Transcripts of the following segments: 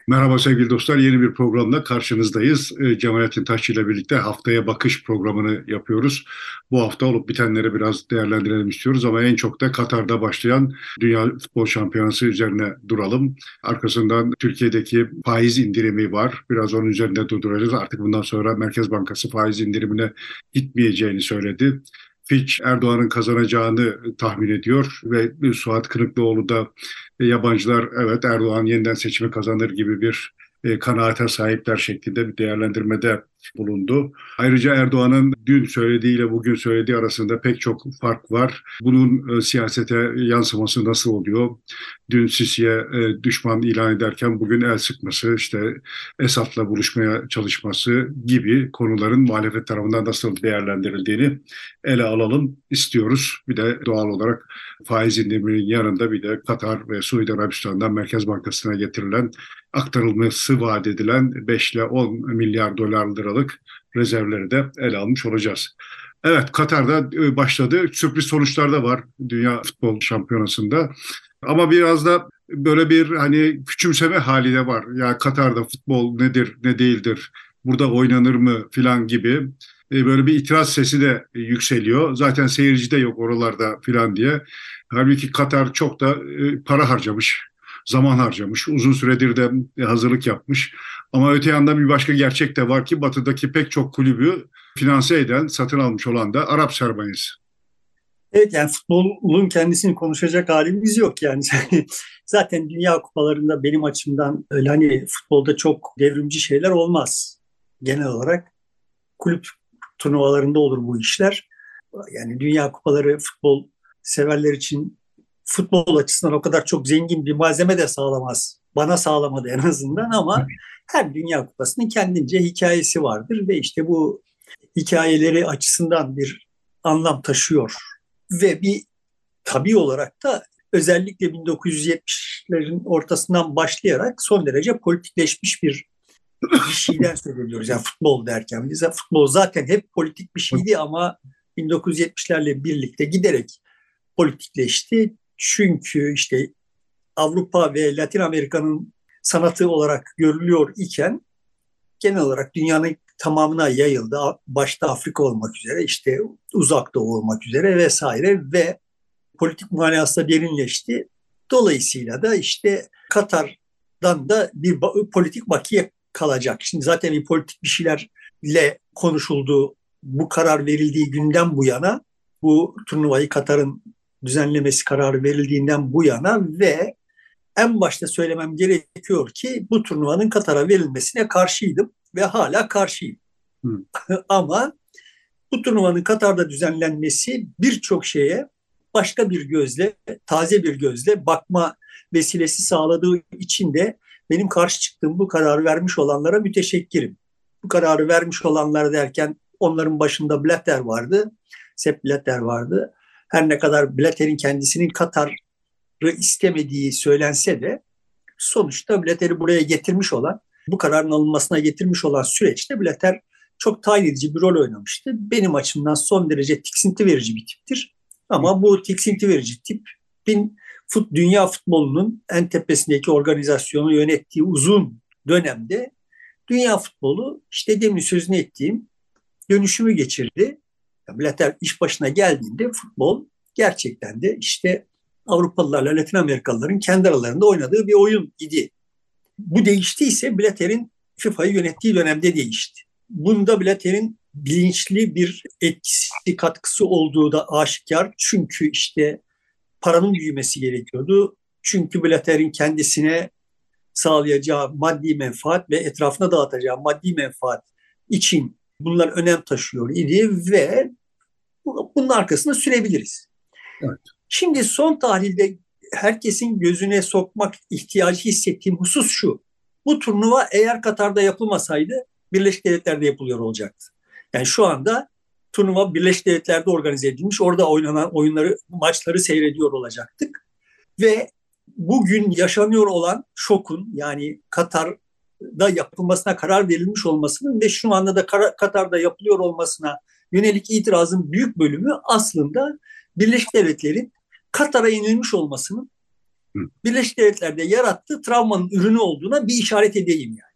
Merhaba sevgili dostlar, yeni bir programla karşınızdayız. Cemalettin Taşçı ile birlikte haftaya bakış programını yapıyoruz. Bu hafta olup bitenleri biraz değerlendirelim istiyoruz ama en çok da Katar'da başlayan Dünya Futbol Şampiyonası üzerine duralım. Arkasından Türkiye'deki faiz indirimi var. Biraz onun üzerinde durduracağız. Artık bundan sonra Merkez Bankası faiz indirimine gitmeyeceğini söyledi. Fitch Erdoğan'ın kazanacağını tahmin ediyor ve Suat Kırıklıoğlu da yabancılar evet Erdoğan yeniden seçimi kazanır gibi bir kanaate sahipler şeklinde bir değerlendirmede bulundu. Ayrıca Erdoğan'ın dün söylediğiyle bugün söylediği arasında pek çok fark var. Bunun siyasete yansıması nasıl oluyor? Dün Sisi'ye düşman ilan ederken bugün el sıkması, işte Esad'la buluşmaya çalışması gibi konuların muhalefet tarafından nasıl değerlendirildiğini ele alalım istiyoruz. Bir de doğal olarak faiz indiriminin yanında bir de Katar ve Suudi Arabistan'dan Merkez Bankası'na getirilen aktarılması vaat edilen 5 ile 10 milyar dolar liralık rezervleri de ele almış olacağız. Evet, Katar'da başladı. Sürpriz sonuçlar da var Dünya Futbol Şampiyonası'nda. Ama biraz da böyle bir hani küçümseme hali de var. Ya Katar'da futbol nedir, ne değildir, burada oynanır mı filan gibi böyle bir itiraz sesi de yükseliyor. Zaten seyirci de yok oralarda filan diye. Halbuki Katar çok da para harcamış, zaman harcamış, uzun süredir de hazırlık yapmış. Ama öte yandan bir başka gerçek de var ki Batı'daki pek çok kulübü finanse eden, satın almış olan da Arap sermayesi. Evet, yani futbolun kendisini konuşacak halimiz yok yani. Zaten Dünya Kupalarında benim açımdan öyle hani futbolda çok devrimci şeyler olmaz. Genel olarak kulüp turnuvalarında olur bu işler. Yani Dünya Kupaları futbol severler için futbol açısından o kadar çok zengin bir malzeme de sağlamaz. Bana sağlamadı en azından ama her Dünya Kupası'nın kendince hikayesi vardır ve işte bu hikayeleri açısından bir anlam taşıyor. Ve bir tabii olarak da özellikle 1970'lerin ortasından başlayarak son derece politikleşmiş bir şeyden söz ediyoruz. Yani futbol derken bize futbol zaten hep politik bir şeydi ama 1970'lerle birlikte giderek politikleşti. Çünkü işte Avrupa ve Latin Amerika'nın sanatı olarak görülüyor iken genel olarak dünyanın tamamına yayıldı. Başta Afrika olmak üzere, işte Uzak Doğu olmak üzere vesaire ve politik manasında derinleşti. Dolayısıyla da işte Katar'dan da bir politik bakiye kalacak. Şimdi zaten bir politik bir şeylerle konuşuldu. Bu karar verildiği günden bu yana, bu turnuvayı Katar'ın düzenlemesi kararı verildiğinden bu yana ve en başta söylemem gerekiyor ki bu turnuvanın Katar'a verilmesine karşıydım ve hala karşıyım. Hı. Ama bu turnuvanın Katar'da düzenlenmesi birçok şeye başka bir gözle, taze bir gözle bakma vesilesi sağladığı için de benim karşı çıktığım bu kararı vermiş olanlara müteşekkirim. Bu kararı vermiş olanlar derken onların başında Blatter vardı, Sepp Blatter vardı. Her ne kadar Blatter'in kendisinin Katar'ı istemediği söylense de sonuçta Blatter'i buraya getirmiş olan, bu kararın alınmasına getirmiş olan süreçte Blatter çok tayin edici bir rol oynamıştı. Benim açımdan son derece tiksinti verici bir tiptir. Ama bu tiksinti verici tipin dünya futbolunun en tepesindeki organizasyonu yönettiği uzun dönemde dünya futbolu işte demin sözünü ettiğim dönüşümü geçirdi. Blatter iş başına geldiğinde futbol gerçekten de işte Avrupalılarla Latin Amerikalıların kendi aralarında oynadığı bir oyun idi. Bu değiştiyse Blatter'in FIFA'yı yönettiği dönemde değişti. Bunda Blatter'in bilinçli bir etkisi, katkısı olduğu da aşikar. Çünkü işte paranın büyümesi gerekiyordu. Çünkü Blatter'in kendisine sağlayacağı maddi menfaat ve etrafına dağıtacağı maddi menfaat için bunlar önem taşıyor idi ve bunun arkasında sürebiliriz. Evet. Şimdi son tahlilde herkesin gözüne sokmak ihtiyacı hissettiğim husus şu. Bu turnuva eğer Katar'da yapılmasaydı Birleşik Devletler'de yapılıyor olacaktı. Yani şu anda turnuva Birleşik Devletler'de organize edilmiş. Orada oynanan oyunları, maçları seyrediyor olacaktık. Ve bugün yaşanıyor olan şokun, yani Katar'da yapılmasına karar verilmiş olmasının ve şu anda da Katar'da yapılıyor olmasına yönelik itirazın büyük bölümü aslında Birleşik Devletler'in Katar'a yenilmiş olmasının Hı. Birleşik Devletler'de yarattığı travmanın ürünü olduğuna bir işaret edeyim yani.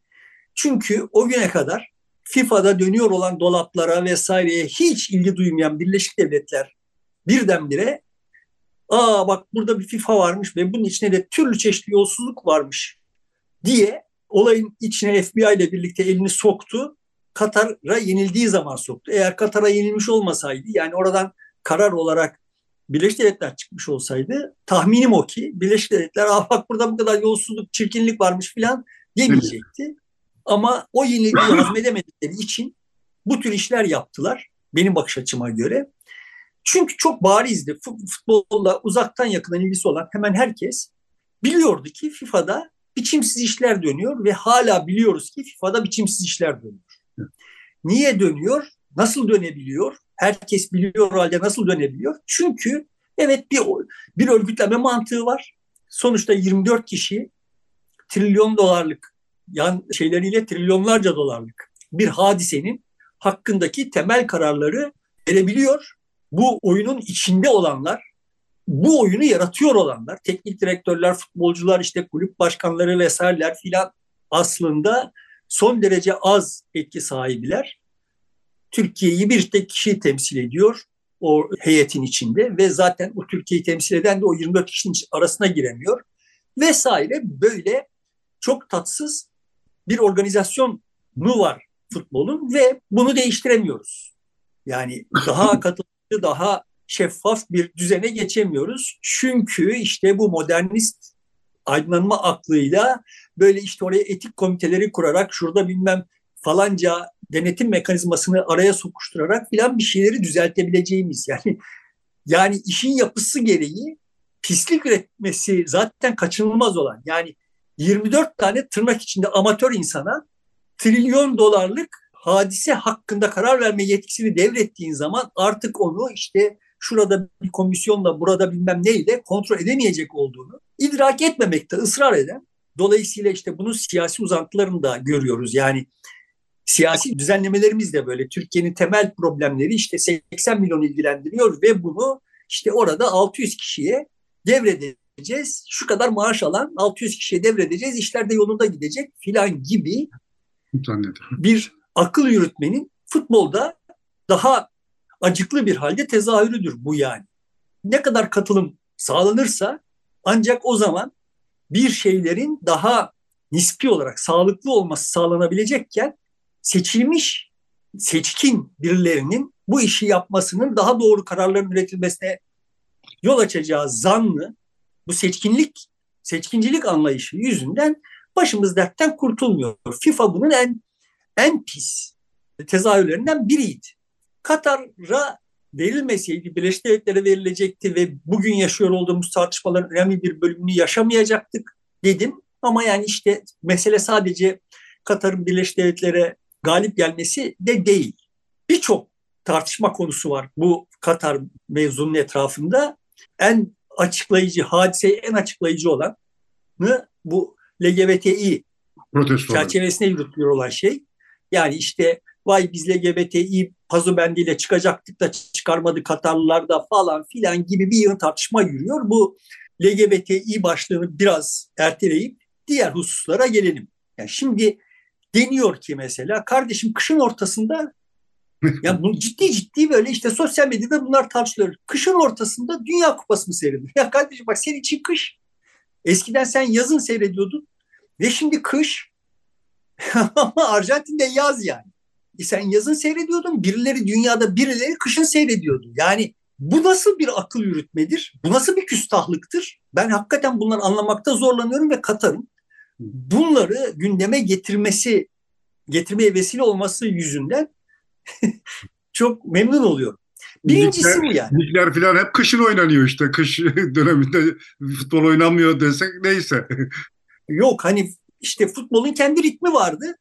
Çünkü o güne kadar FIFA'da dönüyor olan dolaplara vesaireye hiç ilgi duymayan Birleşik Devletler birdenbire bak burada bir FIFA varmış ve bunun içine de türlü çeşitli yolsuzluk varmış diye olayın içine FBI ile birlikte elini soktu. Katar'a yenildiği zaman soktu. Eğer Katar'a yenilmiş olmasaydı, yani oradan karar olarak Birleşik Devletler çıkmış olsaydı, tahminim o ki Birleşik Devletler bak burada bu kadar yolsuzluk, çirkinlik varmış filan demeyecekti. Ama o yenilgiyi hazmedemedikleri için bu tür işler yaptılar benim bakış açıma göre. Çünkü çok barizdi. Futbolla uzaktan yakından ilgisi olan hemen herkes biliyordu ki FIFA'da biçimsiz işler dönüyor ve hala biliyoruz ki FIFA'da biçimsiz işler dönüyor. Niye dönüyor? Nasıl dönebiliyor? Herkes biliyor halde nasıl dönebiliyor? Çünkü evet bir örgütleme mantığı var. Sonuçta 24 kişi trilyon dolarlık yan şeyleriyle trilyonlarca dolarlık bir hadisenin hakkındaki temel kararları verebiliyor. Bu oyunun içinde olanlar, bu oyunu yaratıyor olanlar, teknik direktörler, futbolcular, işte kulüp başkanları vesaireler filan aslında son derece az etki sahibiler. Türkiye'yi bir tek kişi temsil ediyor o heyetin içinde ve zaten o Türkiye'yi temsil eden de o 24 kişinin arasına giremiyor vesaire, böyle çok tatsız bir organizasyonu var futbolun ve bunu değiştiremiyoruz. Yani daha katılıcı, daha şeffaf bir düzene geçemiyoruz. Çünkü işte bu modernist aydınlanma aklıyla böyle işte oraya etik komiteleri kurarak şurada bilmem falanca denetim mekanizmasını araya sokuşturarak filan bir şeyleri düzeltebileceğimiz, yani işin yapısı gereği pislik üretmesi zaten kaçınılmaz olan, yani 24 tane tırnak içinde amatör insana trilyon dolarlık hadise hakkında karar verme yetkisini devrettiğin zaman artık onu işte şurada bir komisyonla burada bilmem neyle kontrol edemeyecek olduğunu idrak etmemekte ısrar eden, dolayısıyla işte bunun siyasi uzantılarını da görüyoruz. Yani siyasi düzenlemelerimiz de böyle. Türkiye'nin temel problemleri işte 80 milyon ilgilendiriyor ve bunu işte orada 600 kişiye devredeceğiz. Şu kadar maaş alan 600 kişiye devredeceğiz. İşler de yolunda gidecek filan gibi bir akıl yürütmenin futbolda daha acıklı bir halde tezahürüdür bu yani. Ne kadar katılım sağlanırsa ancak o zaman bir şeylerin daha nispi olarak sağlıklı olması sağlanabilecekken seçilmiş, seçkin birilerinin bu işi yapmasının daha doğru kararların üretilmesine yol açacağı zannı, bu seçkincilik anlayışı yüzünden başımız dertten kurtulmuyor. FIFA bunun en pis tezahürlerinden biriydi. Katar'a verilmeseydi Birleşik Devletlere verilecekti ve bugün yaşıyor olduğumuz tartışmaların önemli bir bölümünü yaşamayacaktık dedim. Ama yani işte mesele sadece Katar'ın Birleşik Devletlere galip gelmesi de değil. Birçok tartışma konusu var bu Katar mevzunun etrafında. En açıklayıcı, hadiseyi en açıklayıcı olanı bu LGBTİ çerçevesine yürütülüyor olan şey. Yani işte vay biz LGBTİ pazu bendiyle çıkacaktık da çıkarmadı Katarlılar da falan filan gibi bir yığın tartışma yürüyor. Bu LGBTİ başlığını biraz erteleyip diğer hususlara gelelim. Yani şimdi deniyor ki mesela kardeşim kışın ortasında yani bu ciddi böyle işte sosyal medyada bunlar tartışılıyor. Kışın ortasında Dünya Kupası mı seyrediyor? Ya kardeşim bak senin için kış. Eskiden sen yazın seyrediyordun ve şimdi kış. Ama Arjantin'de yaz yani. Sen yazın seyrediyordun, birileri kışın seyrediyordu. Yani bu nasıl bir akıl yürütmedir? Bu nasıl bir küstahlıktır? Ben hakikaten bunları anlamakta zorlanıyorum ve Katar'ın bunları gündeme getirmeye vesile olması yüzünden çok memnun oluyorum. Birincisi bu yani. Ligler falan hep kışın oynanıyor işte. Kış döneminde futbol oynanmıyor desek neyse. Yok hani işte futbolun kendi ritmi vardı.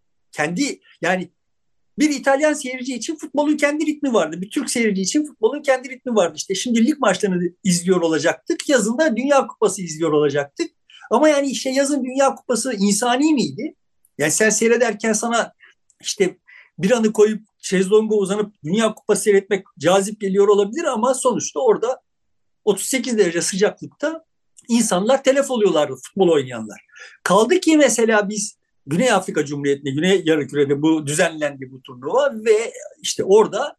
Yani bir İtalyan seyirci için futbolun kendi ritmi vardı. Bir Türk seyirci için futbolun kendi ritmi vardı. İşte şimdi lig maçlarını izliyor olacaktık. Yazın da Dünya Kupası izliyor olacaktık. Ama yani işte yazın Dünya Kupası insani miydi? Yani sen seyrederken sana işte bir anı koyup şezlonga uzanıp Dünya Kupası seyretmek cazip geliyor olabilir ama sonuçta orada 38 derece sıcaklıkta İnsanlar telef oluyorlardı, futbol oynayanlar. Kaldı ki mesela biz Güney Afrika Cumhuriyeti'nde, Güney Yarımküre'de bu düzenlendi bu turnuva ve işte orada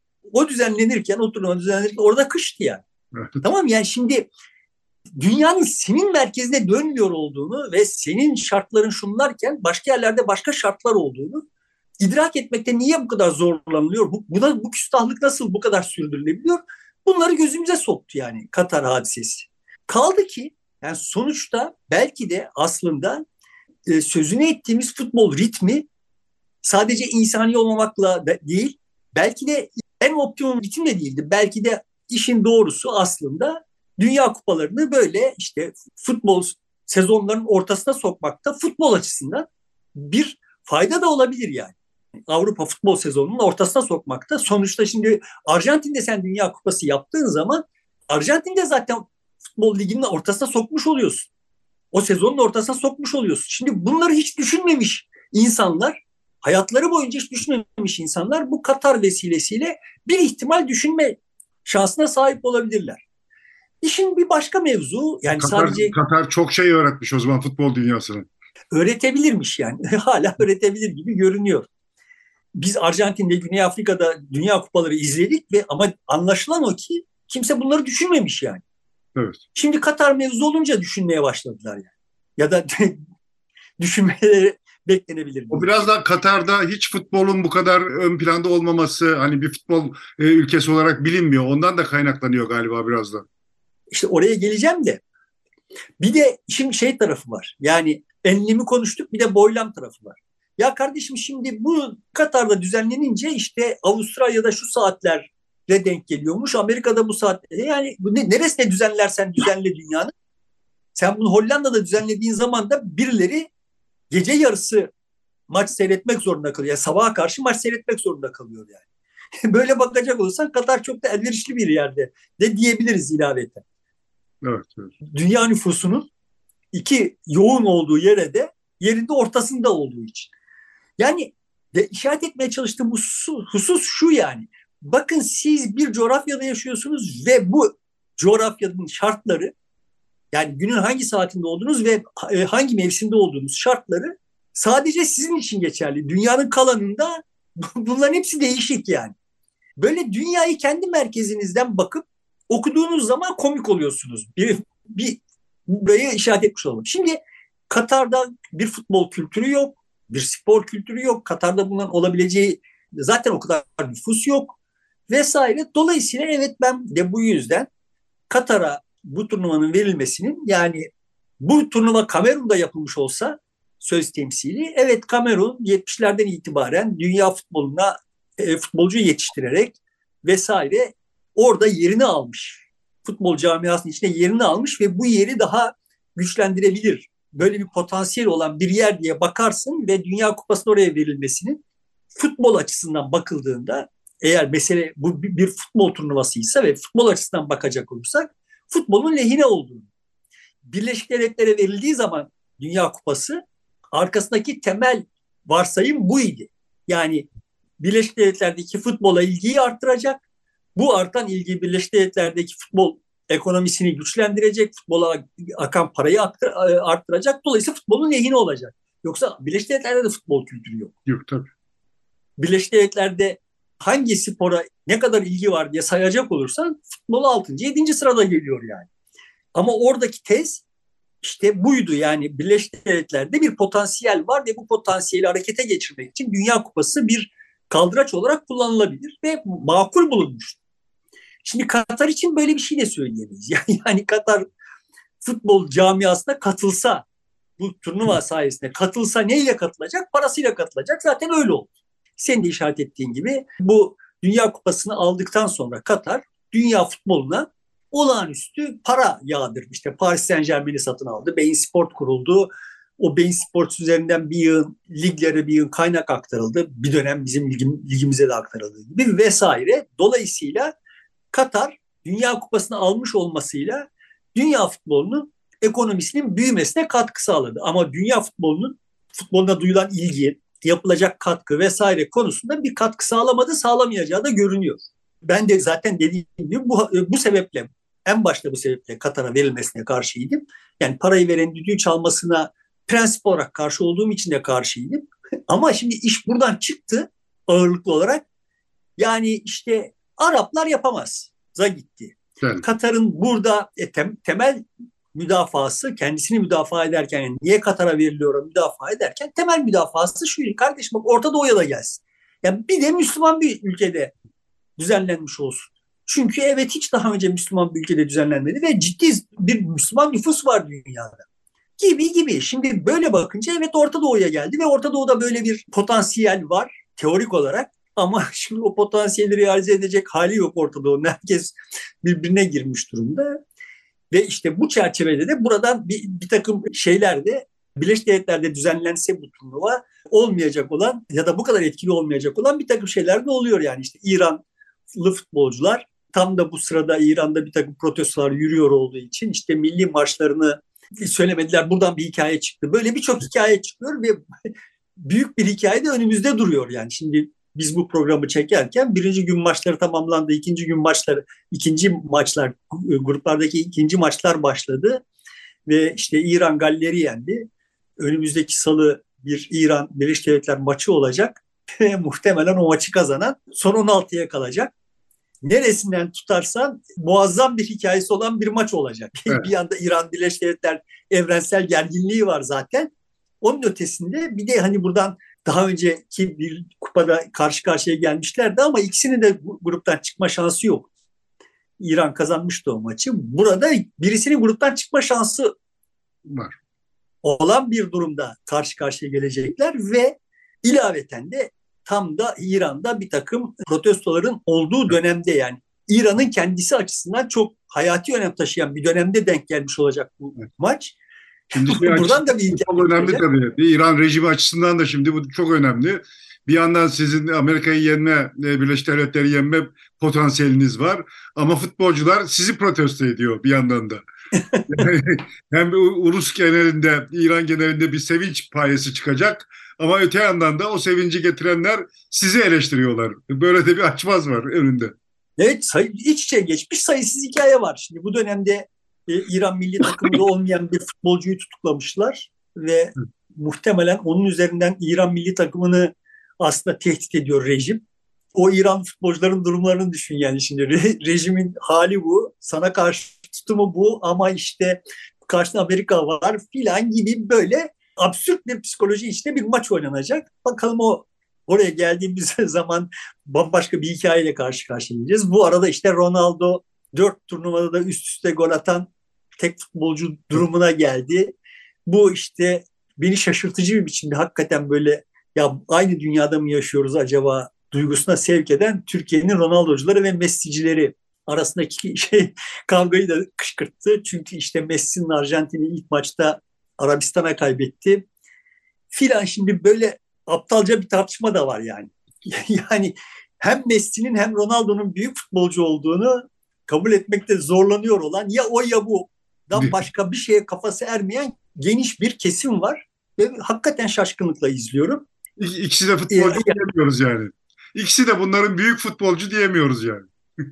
o turnuva düzenlenirken orada kıştı yani. Evet. Tamam, yani şimdi dünyanın senin merkezine dönmüyor olduğunu ve senin şartların şunlarken başka yerlerde başka şartlar olduğunu idrak etmekte niye bu kadar zorlanılıyor? Bu küstahlık nasıl bu kadar sürdürülebiliyor? Bunları gözümüze soktu yani Katar hadisesi. Kaldı ki yani sonuçta belki de aslında sözünü ettiğimiz futbol ritmi sadece insani olmamakla değil, belki de en optimum ritim de değildi. Belki de işin doğrusu aslında Dünya Kupalarını böyle işte futbol sezonlarının ortasına sokmakta futbol açısından bir fayda da olabilir yani. Avrupa futbol sezonunun ortasına sokmakta. Sonuçta şimdi Arjantin'de sen Dünya Kupası yaptığın zaman Arjantin'de zaten futbol liginin ortasına sokmuş oluyorsun. O sezonun ortasına sokmuş oluyorsun. Şimdi bunları hiç düşünmemiş insanlar, hayatları boyunca hiç düşünmemiş insanlar bu Katar vesilesiyle bir ihtimal düşünme şansına sahip olabilirler. İşin bir başka mevzu yani Katar, sadece Katar çok şey öğretmiş o zaman futbol dünyasına. öğretebilirmiş yani. Hala öğretebilir gibi görünüyor. Biz Arjantin'de, Güney Afrika'da Dünya Kupaları izledik ve ama anlaşılan o ki kimse bunları düşünmemiş yani. Evet. Şimdi Katar mevzu olunca düşünmeye başladılar yani. Ya da düşünmeleri beklenebilir O diye biraz düşünüyorum. da Katar'da hiç futbolun bu kadar ön planda olmaması, hani bir futbol ülkesi olarak bilinmiyor. Ondan da kaynaklanıyor galiba biraz da. İşte oraya geleceğim de bir de şimdi şey tarafı var. Yani enlemi konuştuk, bir de boylam tarafı var. Ya kardeşim şimdi bu Katar'da düzenlenince işte Avustralya'da şu saatlere denk geliyormuş. Amerika'da bu saatlere. Yani neresine düzenlersen düzenle dünyanın. Sen bunu Hollanda'da düzenlediğin zaman da birileri gece yarısı maç seyretmek zorunda kalıyor. Yani sabaha karşı maç seyretmek zorunda kalıyor yani. Böyle bakacak olursan Katar çok da elverişli bir yerde de diyebiliriz ilaveten. Evet, evet. Dünya nüfusunun iki yoğun olduğu yere de yerinde ortasında olduğu için. Yani de işaret etmeye çalıştığım bu husus şu yani. Bakın siz bir coğrafyada yaşıyorsunuz ve bu coğrafyanın şartları yani günün hangi saatinde olduğunuz ve hangi mevsimde olduğunuz şartları sadece sizin için geçerli. Dünyanın kalanında bunların hepsi değişik yani. Böyle dünyayı kendi merkezinizden bakıp okuduğunuz zaman komik oluyorsunuz. Bir buraya işaret etmiş olalım. Şimdi Katar'da bir futbol kültürü yok, bir spor kültürü yok. Katar'da bunların olabileceği zaten o kadar nüfus yok vesaire. Dolayısıyla evet ben de bu yüzden Katar'a bu turnuvanın verilmesinin yani bu turnuva Kamerun'da yapılmış olsa söz temsili evet Kamerun 70'lerden itibaren dünya futboluna futbolcu yetiştirerek vesaire orada yerini almış. Futbol camiasının içinde yerini almış ve bu yeri daha güçlendirebilir. Böyle bir potansiyel olan bir yer diye bakarsın ve Dünya Kupası'nın oraya verilmesinin futbol açısından bakıldığında eğer mesele bu bir futbol turnuvasıysa ve futbol açısından bakacak olursak futbolun lehine olduğunu. Birleşik Devletlere verildiği zaman Dünya Kupası arkasındaki temel varsayım buydu. Yani Birleşik Devletler'deki futbola ilgiyi arttıracak. Bu artan ilgi Birleşik Devletler'deki futbol ekonomisini güçlendirecek, futbola akan parayı arttıracak. Dolayısıyla futbolun lehine olacak. Yoksa Birleşik Devletler'de de futbol kültürü yok. Yok tabii. Birleşik Devletler'de hangi spora ne kadar ilgi var diye sayacak olursan futbol 6. 7. sırada geliyor yani. Ama oradaki tez işte buydu yani Birleşik Devletler'de bir potansiyel var ve bu potansiyeli harekete geçirmek için Dünya Kupası bir kaldıraç olarak kullanılabilir ve makul bulunmuş. Şimdi Katar için böyle bir şey de söyleyemeyiz. Yani Katar futbol camiasına katılsa, bu turnuva sayesinde katılsa neyle katılacak? Parasıyla katılacak. Zaten öyle oldu. Senin de işaret ettiğin gibi bu Dünya Kupası'nı aldıktan sonra Katar dünya futboluna olağanüstü para yağdırdı. İşte Paris Saint-Germain'i satın aldı. Bein Sport kuruldu. O Bein Sport üzerinden bir yığın liglere bir yığın kaynak aktarıldı. Bir dönem bizim ligimize de aktarıldığı gibi vesaire. Dolayısıyla Katar Dünya Kupası'nı almış olmasıyla dünya futbolunun ekonomisinin büyümesine katkı sağladı. Ama dünya futboluna duyulan ilgi, yapılacak katkı vesaire konusunda bir katkı sağlamadı, sağlamayacağı da görünüyor. Ben de zaten dediğim gibi bu sebeple en başta bu sebeple Katar'a verilmesine karşıydım. Yani parayı veren düdüğü çalmasına prensip olarak karşı olduğum için de karşıydım. Ama şimdi iş buradan çıktı ağırlıklı olarak. Yani işte Araplar yapamaz. Za gitti. Yani, Katar'ın burada temel müdafası, kendisini müdafaa ederken, yani niye Katar'a veriliyor müdafaa ederken, temel müdafası şu: kardeşim bak, Orta Doğu'ya da gelsin. Yani bir de Müslüman bir ülkede düzenlenmiş olsun. Çünkü evet, hiç daha önce Müslüman bir ülkede düzenlenmedi ve ciddi bir Müslüman nüfus var dünyada. Gibi gibi. Şimdi böyle bakınca evet, Orta Doğu'ya geldi ve Orta Doğu'da böyle bir potansiyel var teorik olarak. Ama şimdi o potansiyeli realize edecek hali yok Orta Doğu'nun. Herkes birbirine girmiş durumda. Ve işte bu çerçevede de buradan bir takım şeyler de Birleşik Devletler'de düzenlense bu turnuva olmayacak olan ya da bu kadar etkili olmayacak olan bir takım şeyler de oluyor. Yani işte İranlı futbolcular, tam da bu sırada İran'da bir takım protestolar yürüyor olduğu için işte milli marşlarını söylemediler. Buradan bir hikaye çıktı. Böyle birçok hikaye çıkıyor ve büyük bir hikaye de önümüzde duruyor. Yani şimdi biz bu programı çekerken birinci gün maçları tamamlandı. İkinci maçlar, gruplardaki ikinci maçlar başladı. Ve işte İran Galler'i yendi. Önümüzdeki salı bir İran Birleşik Devletler maçı olacak. Muhtemelen o maçı kazanan son 16'ya kalacak. Neresinden tutarsan muazzam bir hikayesi olan bir maç olacak. evet. Bir yanda İran Birleşik Devletler evrensel gerginliği var zaten. Onun ötesinde bir de hani buradan daha önceki bir kupada karşı karşıya gelmişlerdi ama ikisinin de gruptan çıkma şansı yok. İran kazanmıştı o maçı. Burada birisinin gruptan çıkma şansı Var. olan bir durumda karşı karşıya gelecekler ve ilaveten de tam da İran'da bir takım protestoların olduğu dönemde, yani İran'ın kendisi açısından çok hayati önem taşıyan bir dönemde denk gelmiş olacak bu maç. Şimdi Buradan da bir çok hikaye önemli çıkacak. tabii. Bir İran rejimi açısından da şimdi bu çok önemli. Bir yandan sizin Amerika'yı yenme, Birleşik Devletleri yenme potansiyeliniz var. Ama futbolcular sizi protesto ediyor bir yandan da. Yani hem Rus genelinde, İran genelinde bir sevinç payesi çıkacak. Ama öte yandan da o sevinci getirenler sizi eleştiriyorlar. Böyle de bir açmaz var önünde. Evet, iç içe geçmiş sayısız hikaye var. Şimdi bu dönemde İran milli takımında olmayan bir futbolcuyu tutuklamışlar ve muhtemelen onun üzerinden İran milli takımını aslında tehdit ediyor rejim. O İran futbolcuların durumlarını düşün yani, şimdi rejimin hali bu, sana karşı tutumu bu ama işte karşısında Amerika var filan gibi, böyle absürt bir psikoloji içinde bir maç oynanacak. Bakalım oraya geldiğimiz zaman bambaşka bir hikayeyle karşı karşıya geleceğiz. Bu arada işte Ronaldo 4 turnuvada da üst üste gol atan tek futbolcu durumuna geldi. Bu işte beni şaşırtıcı bir biçimde hakikaten böyle, ya aynı dünyada mı yaşıyoruz acaba duygusuna sevk eden Türkiye'nin Ronaldo'cuları ve Messi'cileri arasındaki kavgayı da kışkırttı. Çünkü işte Messi'nin Arjantin'i ilk maçta Arabistan'a kaybetti filan. Şimdi böyle aptalca bir tartışma da var yani. Yani hem Messi'nin hem Ronaldo'nun büyük futbolcu olduğunu kabul etmekte zorlanıyor olan, ya o ya bu'dan başka bir şeye kafası ermeyen geniş bir kesim var. Ve hakikaten şaşkınlıkla izliyorum. İkisi de futbolcu diyemiyoruz yani. İkisi de bunların büyük futbolcu diyemiyoruz yani.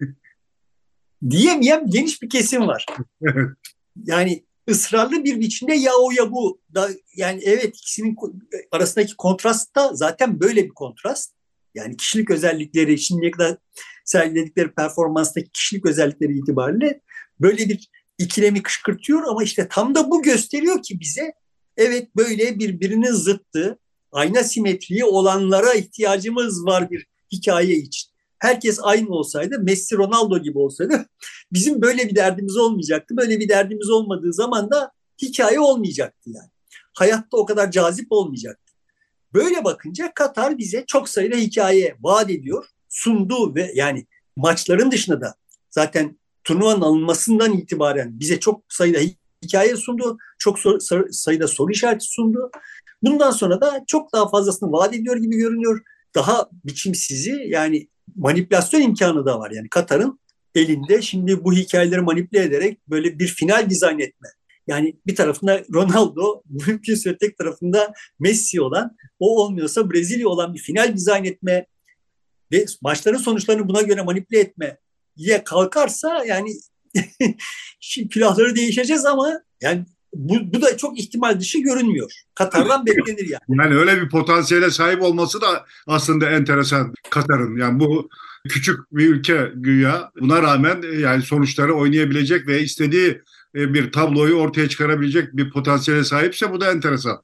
Diyemeyen geniş bir kesim var. Yani ısrarlı bir biçimde ya o ya bu da, yani evet, ikisinin arasındaki kontrast da zaten böyle bir kontrast. Yani kişilik özellikleri, şimdiye kadar sergiledikleri performanstaki kişilik özellikleri itibariyle böyle bir ikilemi kışkırtıyor ama işte tam da bu gösteriyor ki bize, evet, böyle birbirinin zıttı, ayna simetriği olanlara ihtiyacımız var bir hikaye için. Herkes aynı olsaydı, Messi Ronaldo gibi olsaydı, bizim böyle bir derdimiz olmayacaktı. Böyle bir derdimiz olmadığı zaman da hikaye olmayacaktı yani. Hayatta o kadar cazip olmayacaktı. Böyle bakınca Katar bize çok sayıda hikaye vaat ediyor, sundu ve yani maçların dışında da zaten turnuvanın alınmasından itibaren bize çok sayıda hikaye sundu, çok sayıda soru işareti sundu. Bundan sonra da çok daha fazlasını vaat ediyor gibi görünüyor. Daha biçimsizi, yani manipülasyon imkanı da var. Yani Katar'ın elinde şimdi bu hikayeleri manipüle ederek böyle bir final dizayn etme. Yani bir tarafında Ronaldo, mümkünse tek tarafında Messi olan, o olmuyorsa Brezilya olan bir final dizayn etme ve maçların sonuçlarını buna göre manipüle etmeye kalkarsa yani külahları değişeceğiz ama yani bu da çok ihtimal dışı görünmüyor. Katar'dan beklenir yani. Yani öyle bir potansiyele sahip olması da aslında enteresan Katar'ın. Yani bu küçük bir ülke güya buna rağmen yani sonuçları oynayabilecek ve istediği bir tabloyu ortaya çıkarabilecek bir potansiyele sahipse bu da enteresan.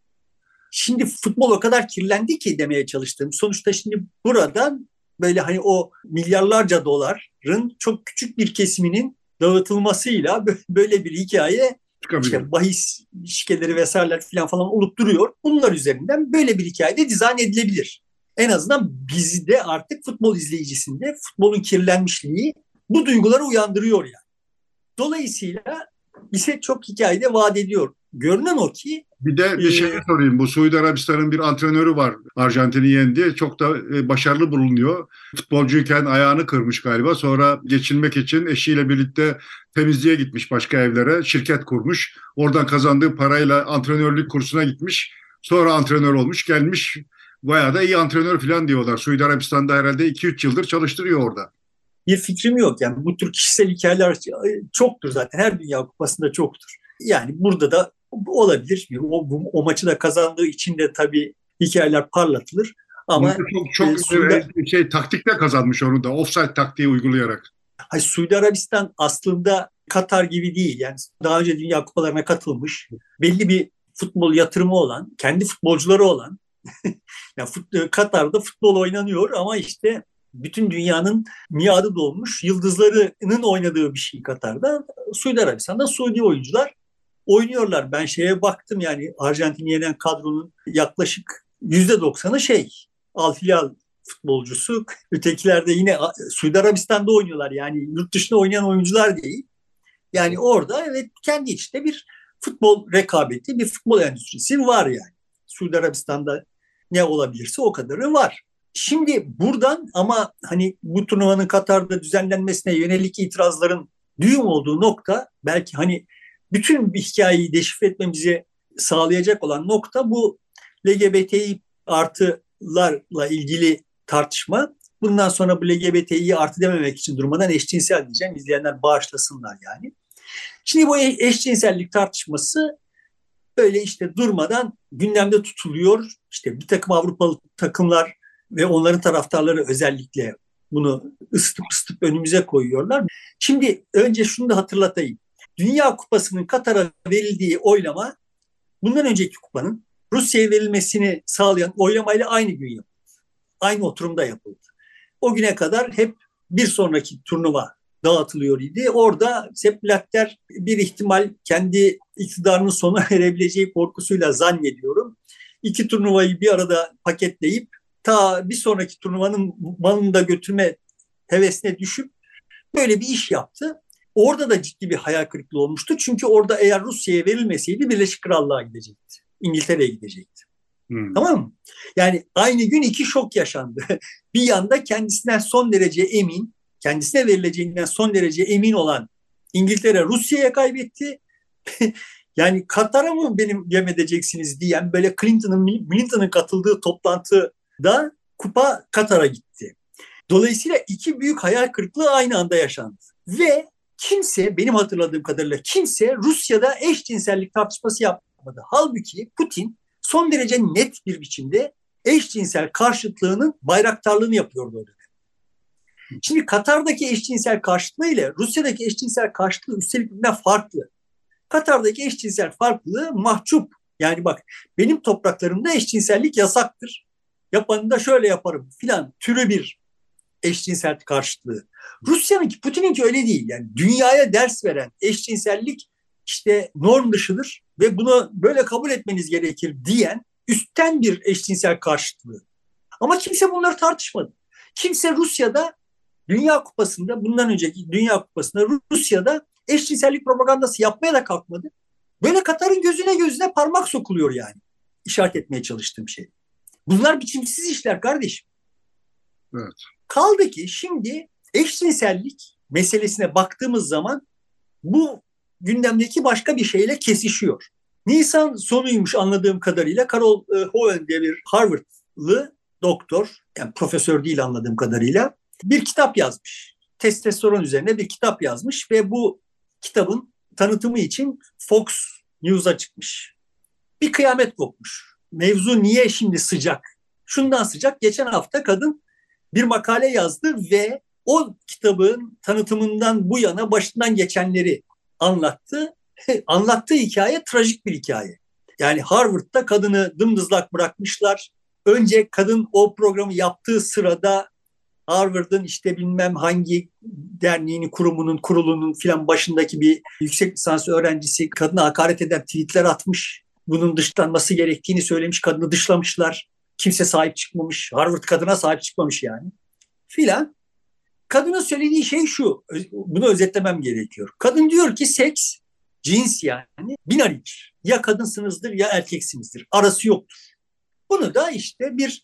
Şimdi futbol o kadar kirlendi ki demeye çalıştım. Sonuçta şimdi buradan böyle hani o milyarlarca doların çok küçük bir kesiminin dağıtılmasıyla böyle bir hikaye Çıkabilir. işte bahis şikeleri vesaireler falan olup duruyor. Bunlar üzerinden böyle bir hikaye de dizayn edilebilir. En azından bizde artık futbol izleyicisinde futbolun kirlenmişliği bu duyguları uyandırıyor yani. Dolayısıyla bize çok hikayede vaat ediyor. Görünen o ki Bir de bir şey e, sorayım. Bu Suudi Arabistan'ın bir antrenörü var. Arjantin'i yendi. Çok da başarılı bulunuyor. Futbolcuyken ayağını kırmış galiba. Sonra geçinmek için eşiyle birlikte temizliğe gitmiş başka evlere. Şirket kurmuş. Oradan kazandığı parayla antrenörlük kursuna gitmiş. Sonra antrenör olmuş. Gelmiş. Bayağı da iyi antrenör falan diyorlar. Suudi Arabistan'da herhalde 2-3 yıldır çalıştırıyor orada. bir fikrim yok. Yani bu tür kişisel hikayeler çoktur zaten. Her Dünya Kupası'nda çoktur. Yani burada da olabilir. O maçı da kazandığı için de tabii hikayeler parlatılır. Onu da Ama çok Suudi, taktikle kazanmış onu da. Offside taktiği uygulayarak. Suudi Arabistan aslında Katar gibi değil. Yani daha önce Dünya Kupalarına katılmış, belli bir futbol yatırımı olan, kendi futbolcuları olan, yani Katar'da futbol oynanıyor ama işte bütün dünyanın miadı dolmuş yıldızlarının oynadığı bir şey Katar'da. Suudi Arabistan'da Suudi oyuncular oynuyorlar. Ben şeye baktım yani Arjantin'i yenen kadronun yaklaşık %90'ı Al Hilal futbolcusu. Ötekiler de yine Suudi Arabistan'da oynuyorlar. Yani yurt dışında oynayan oyuncular değil. Yani orada evet kendi içinde bir futbol rekabeti, bir futbol endüstrisi var yani. Suudi Arabistan'da ne olabilirse o kadarı var. Şimdi buradan ama hani bu turnuvanın Katar'da düzenlenmesine yönelik itirazların düğüm olduğu nokta belki hani bütün bir hikayeyi deşifre etmemizi sağlayacak olan nokta bu LGBTİ artılarla ilgili tartışma. Bundan sonra bu LGBTİ artı dememek için durmadan eşcinsel diyeceğim. İzleyenler bağışlasınlar yani. Şimdi bu eşcinsellik tartışması böyle işte durmadan gündemde tutuluyor. İşte bir takım Avrupalı takımlar ve onların taraftarları özellikle bunu ısıtıp önümüze koyuyorlar. Şimdi önce şunu da hatırlatayım. Dünya Kupası'nın Katar'a verildiği oylama bundan önceki kupanın Rusya'ya verilmesini sağlayan oylamayla aynı gün yapıldı. Aynı oturumda yapıldı. O güne kadar hep bir sonraki turnuva dağıtılıyor idi. Orada Sepp Blatter bir ihtimal kendi iktidarının sona erebileceği korkusuyla zannediyorum. İki turnuvayı bir arada paketleyip ta bir sonraki turnuvanın malını da götürme hevesine düşüp böyle bir iş yaptı. Orada da ciddi bir hayal kırıklığı olmuştu. Çünkü orada eğer Rusya'ya verilmeseydi Birleşik Krallığa gidecekti. İngiltere'ye gidecekti. Tamam mı? Yani aynı gün iki şok yaşandı. Bir yanda kendisine son derece emin, kendisine verileceğinden son derece emin olan İngiltere Rusya'ya kaybetti. Yani Katar'a mı benim yem edeceksiniz diyen böyle Clinton'ın katıldığı toplantıda kupa Katar'a gitti. Dolayısıyla iki büyük hayal kırıklığı aynı anda yaşandı. Ve kimse benim hatırladığım kadarıyla kimse Rusya'da eşcinsellik tartışması yapmadı. Halbuki Putin son derece net bir biçimde eşcinsel karşıtlığının bayraktarlığını yapıyordu orada. Şimdi Katar'daki eşcinsel karşıtlığı ile Rusya'daki eşcinsel karşıtlığı üstelik birbirinden farklı. Katar'daki eşcinsel farklılığı mahcup. Yani bak benim topraklarımda eşcinsellik yasaktır. Yapanı da şöyle yaparım filan türü bir eşcinsel karşıtlığı. Rusya'nınki, Putin'inki öyle değil. Yani dünyaya ders veren eşcinsellik işte norm dışıdır ve bunu böyle kabul etmeniz gerekir diyen üstten bir eşcinsel karşıtlığı. Ama kimse bunları tartışmadı. Kimse Rusya'da Dünya Kupası'nda bundan önceki Dünya Kupası'nda Rusya'da eşcinsellik propagandası yapmaya da kalkmadı. Böyle Katar'ın gözüne parmak sokuluyor yani. İşaret etmeye çalıştığım şey. Bunlar biçimsiz işler kardeşim. Evet. Kaldı ki şimdi eşcinsellik meselesine baktığımız zaman bu gündemdeki başka bir şeyle kesişiyor. Nisan sonuymuş anladığım kadarıyla Carol Hoven diye bir Harvard'lı doktor, yani profesör değil anladığım kadarıyla, bir kitap yazmış. Testosteron üzerine bir kitap yazmış ve bu kitabın tanıtımı için Fox News'a çıkmış. Bir kıyamet kopmuş. Mevzu niye şimdi sıcak? Şundan sıcak. Geçen hafta kadın bir makale yazdı ve o kitabın tanıtımından bu yana başından geçenleri anlattı. Anlattığı hikaye trajik bir hikaye. Yani Harvard'da kadını dımdızlak bırakmışlar. Önce kadın o programı yaptığı sırada Harvard'ın işte bilmem hangi derneğinin, kurulunun filan başındaki bir yüksek lisans öğrencisi kadına hakaret eden tweetler atmış. Bunun dışlanması gerektiğini söylemiş. Kadını dışlamışlar. Kimse sahip çıkmamış. Harvard kadına sahip çıkmamış yani. Filan. Kadının söylediği şey şu. Bunu özetlemem gerekiyor. Kadın diyor ki seks, cins yani binaridir. Ya kadınsınızdır ya erkeksinizdir. Arası yoktur. Bunu da işte bir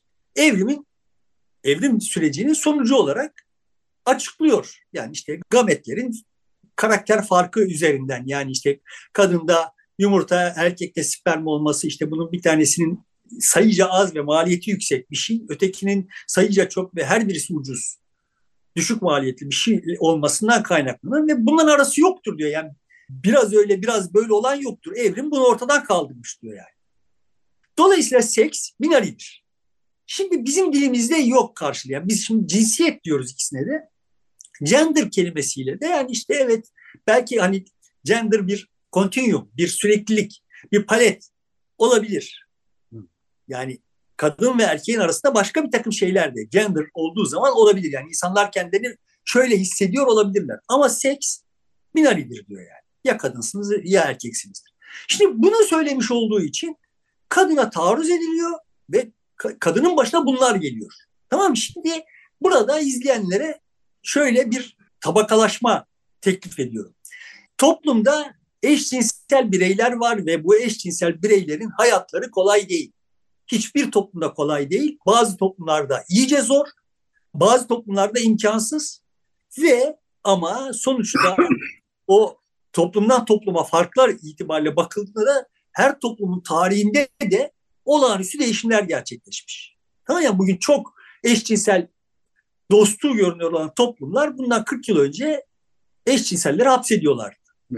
evrim sürecinin sonucu olarak açıklıyor. Yani işte gametlerin karakter farkı üzerinden, yani işte kadında yumurta, erkekte sperm olması, işte bunun bir tanesinin sayıca az ve maliyeti yüksek bir şey, ötekinin sayıca çok ve her birisi ucuz, düşük maliyetli bir şey olmasından kaynaklanan ve bunların arası yoktur diyor. Yani biraz öyle biraz böyle olan yoktur. Evrim bunu ortadan kaldırmış diyor yani. Dolayısıyla seks binaridir. Şimdi bizim dilimizde yok karşılayan. Biz şimdi cinsiyet diyoruz ikisine de. Gender kelimesiyle de yani işte evet, belki hani gender bir continuum, bir süreklilik, bir palet olabilir. Yani kadın ve erkeğin arasında başka bir takım şeyler de gender olduğu zaman olabilir. Yani insanlar kendilerini şöyle hissediyor olabilirler. Ama seks binaridir diyor yani. Ya kadınsınız ya erkeksinizdir. Şimdi bunu söylemiş olduğu için kadına taarruz ediliyor ve kadının başına bunlar geliyor. Tamam mı? Şimdi burada izleyenlere şöyle bir tabakalaşma teklif ediyorum. Toplumda eşcinsel bireyler var ve bu eşcinsel bireylerin hayatları kolay değil. Hiçbir toplumda kolay değil. Bazı toplumlarda iyice zor, bazı toplumlarda imkansız ve ama sonuçta o toplumdan topluma farklar itibariyle bakıldığında da her toplumun tarihinde de olağanüstü değişimler gerçekleşmiş. Tamam ya, bugün çok eşcinsel dostluğu görünüyor olan toplumlar bundan 40 yıl önce eşcinselleri hapsediyorlardı.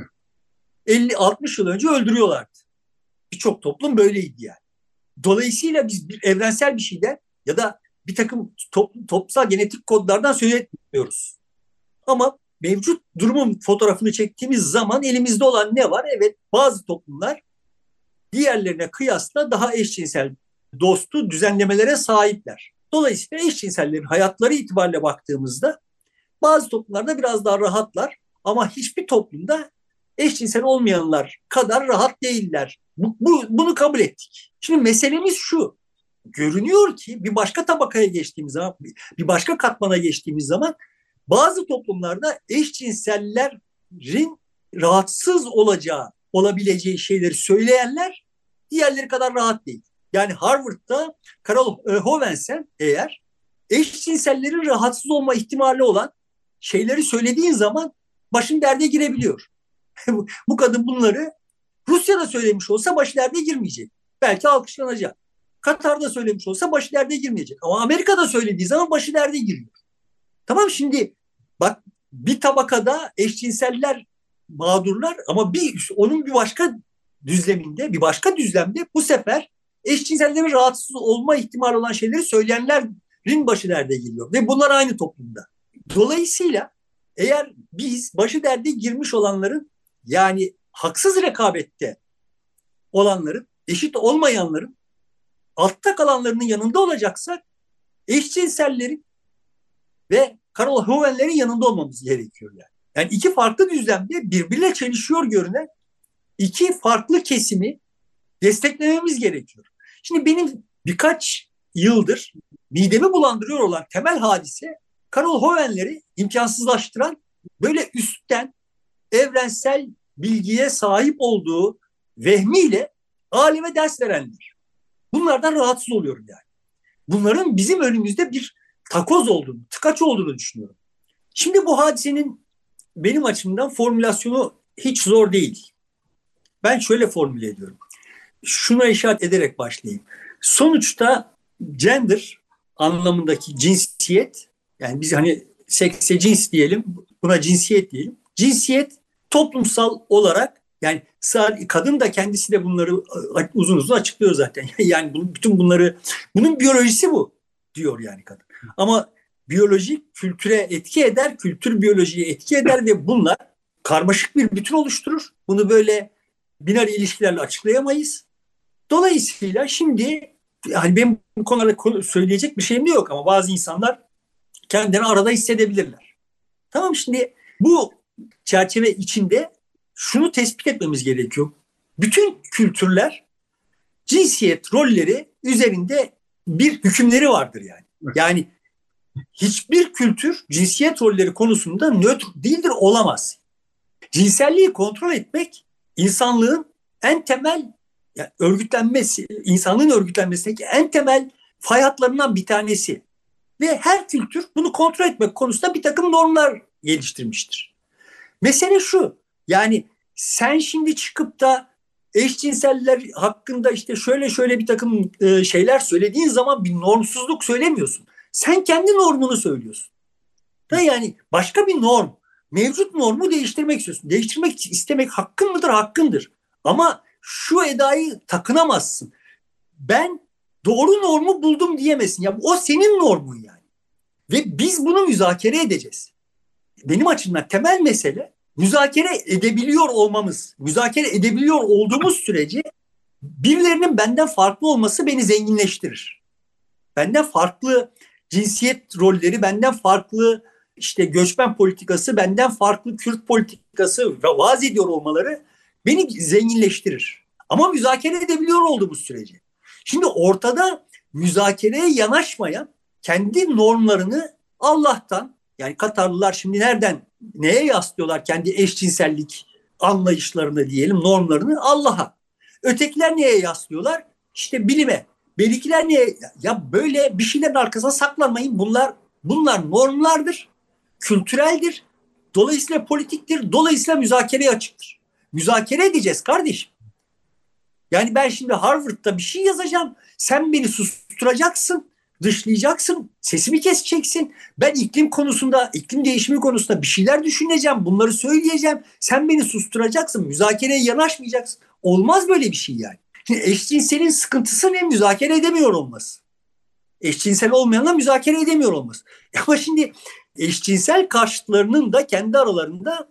50-60 yıl önce öldürüyorlardı. Birçok toplum böyleydi yani. Dolayısıyla biz bir evrensel bir şeyden ya da bir takım toplumsal genetik kodlardan söz etmiyoruz. Ama mevcut durumun fotoğrafını çektiğimiz zaman elimizde olan ne var? Evet, bazı toplumlar diğerlerine kıyasla daha eşcinsel dostu düzenlemelere sahipler. Dolayısıyla eşcinsellerin hayatları itibariyle baktığımızda bazı toplumlarda biraz daha rahatlar ama hiçbir toplumda eşcinsel olmayanlar kadar rahat değiller. Bunu kabul ettik. Şimdi meselemiz şu. Görünüyor ki bir başka tabakaya geçtiğimiz zaman, bir başka katmana geçtiğimiz zaman bazı toplumlarda eşcinsellerin rahatsız olabileceği şeyleri söyleyenler diğerleri kadar rahat değil. Yani Harvard'da Carol Hovensen eğer eşcinsellerin rahatsız olma ihtimali olan şeyleri söylediğin zaman başın derde girebiliyor. Bu kadın bunları Rusya'da söylemiş olsa başı derde girmeyecek. Belki alkışlanacak. Katar'da söylemiş olsa başı derde girmeyecek. Ama Amerika'da söylediği zaman başı derde giriyor. Tamam, şimdi bak, bir tabakada eşcinseller mağdurlar ama onun bir başka düzleminde, bir başka düzlemde bu sefer eşcinsellerin rahatsız olma ihtimali olan şeyleri söyleyenlerin başı derde giriyor. Ve bunlar aynı toplumda. Dolayısıyla eğer biz başı derde girmiş olanların, yani haksız rekabette olanların, eşit olmayanların, altta kalanlarının yanında olacaksak eşcinsellerin ve Carol Hoven'lerin yanında olmamız gerekiyor yani. Yani iki farklı düzlemde birbirine çelişiyor görünen iki farklı kesimi desteklememiz gerekiyor. Şimdi benim birkaç yıldır midemi bulandırıyor olan temel hadise, Carol Hoven'leri imkansızlaştıran, böyle üstten evrensel bilgiye sahip olduğu vehmiyle aleme ders verenler. Bunlardan rahatsız oluyorum yani. Bunların bizim önümüzde bir takoz olduğunu, tıkaç olduğunu düşünüyorum. Şimdi bu hadisenin benim açımdan formülasyonu hiç zor değil. Ben şöyle formüle ediyorum. Şuna işaret ederek başlayayım. Sonuçta gender anlamındaki cinsiyet, yani biz hani sekse cins diyelim, buna cinsiyet diyelim. Cinsiyet toplumsal olarak Yani kadın da kendisi de bunları uzun uzun açıklıyor zaten. Yani bütün bunları, bunun biyolojisi bu diyor yani kadın. Ama biyoloji kültüre etki eder, kültür biyolojiye etki eder ve bunlar karmaşık bir bütün oluşturur. Bunu böyle binary ilişkilerle açıklayamayız. Dolayısıyla şimdi hani benim bu konuda söyleyecek bir şeyim de yok ama bazı insanlar kendilerini arada hissedebilirler. Tamam, şimdi bu çerçeve içinde şunu tespit etmemiz gerekiyor. Bütün kültürler cinsiyet rolleri üzerinde bir hükümleri vardır yani. Yani hiçbir kültür cinsiyet rolleri konusunda nötr değildir, olamaz. Cinselliği kontrol etmek insanlığın en temel, yani örgütlenmesi, insanlığın örgütlenmesindeki en temel fay hatlarından bir tanesi. Ve her kültür bunu kontrol etmek konusunda bir takım normlar geliştirmiştir. Mesele şu, yani sen şimdi çıkıp da eşcinseller hakkında işte şöyle şöyle bir takım şeyler söylediğin zaman bir normsuzluk söylemiyorsun. Sen kendi normunu söylüyorsun. Da yani başka bir norm, mevcut normu değiştirmek istiyorsun. Değiştirmek istemek hakkın mıdır? Hakkındır. Ama şu edayı takınamazsın. Ben doğru normu buldum diyemezsin. Ya o senin normun yani. Ve biz bunu müzakere edeceğiz. Benim açımdan temel mesele müzakere edebiliyor olmamız. Müzakere edebiliyor olduğumuz sürece birilerinin benden farklı olması beni zenginleştirir. Benden farklı cinsiyet rolleri, benden farklı işte göçmen politikası, benden farklı Kürt politikası vaaz ediyor olmaları beni zenginleştirir. Ama müzakere edebiliyor olduğumuz sürece. Şimdi ortada müzakereye yanaşmayan, kendi normlarını Allah'tan, yani Katarlılar şimdi nereden neye yaslıyorlar kendi eşcinsellik anlayışlarını diyelim, normlarını? Allah'a. Ötekiler neye yaslıyorlar? İşte bilime. Belirkiler niye? Ya böyle bir şeylerin arkasına saklanmayın. Bunlar normlardır, kültüreldir, dolayısıyla politiktir, dolayısıyla müzakereye açıktır. Müzakere edeceğiz kardeşim. Yani ben şimdi Harvard'da bir şey yazacağım. Sen beni susturacaksın, dışlayacaksın, sesimi keseceksin. Ben iklim konusunda, iklim değişimi konusunda bir şeyler düşüneceğim, bunları söyleyeceğim. Sen beni susturacaksın, müzakereye yanaşmayacaksın. Olmaz böyle bir şey yani. Şimdi eşcinselin sıkıntısı ne? Müzakere edemiyor olması. Eşcinsel olmayanla müzakere edemiyor olması. Ama şimdi eşcinsel karşıtlarının da kendi aralarında,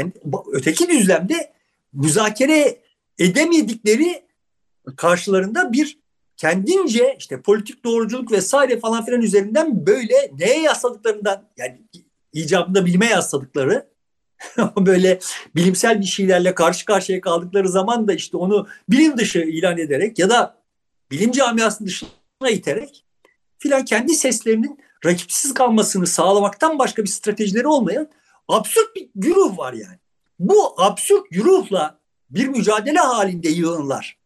öteki düzlemde müzakere edemedikleri karşılarında bir kendince işte politik doğruculuk vesaire falan filan üzerinden böyle neye yasladıklarından, yani icabında bilime yasladıkları böyle bilimsel bir şeylerle karşı karşıya kaldıkları zaman da işte onu bilim dışı ilan ederek ya da bilim camiasının dışına iterek filan kendi seslerinin rakipsiz kalmasını sağlamaktan başka bir stratejileri olmayan absürt bir güruh var yani. Bu absürt güruhla bir mücadele halinde yığınlar.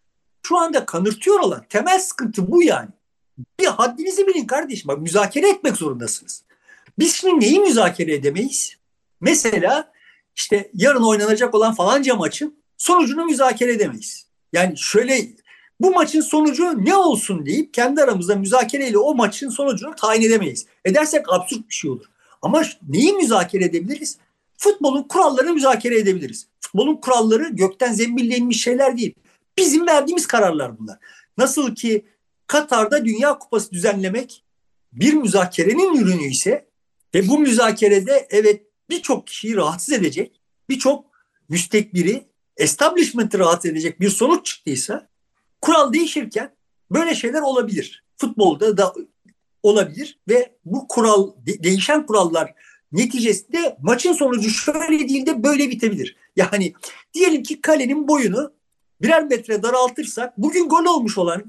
Şu anda kanırtıyor olan temel sıkıntı bu yani. Bir haddinizi bilin kardeşim. Bak, müzakere etmek zorundasınız. Biz şimdi neyi müzakere edemeyiz? Mesela işte yarın oynanacak olan falanca maçın sonucunu müzakere edemeyiz. Yani şöyle, bu maçın sonucu ne olsun deyip kendi aramızda müzakereyle o maçın sonucunu tayin edemeyiz. Edersek absürt bir şey olur. Ama neyi müzakere edebiliriz? Futbolun kurallarını müzakere edebiliriz. Futbolun kuralları gökten zembille inmiş şeyler değil. Bizim verdiğimiz kararlar bunlar. Nasıl ki Katar'da Dünya Kupası düzenlemek bir müzakerenin ürünü ise ve bu müzakerede evet birçok kişiyi rahatsız edecek, birçok müstekbiri, establishment'ı rahatsız edecek bir sonuç çıktıysa, kural değişirken böyle şeyler olabilir. Futbolda da olabilir ve bu değişen kurallar neticesinde maçın sonucu şöyle değil de böyle bitebilir. Yani diyelim ki kalenin boyunu birer metre daraltırsak bugün gol olmuş olan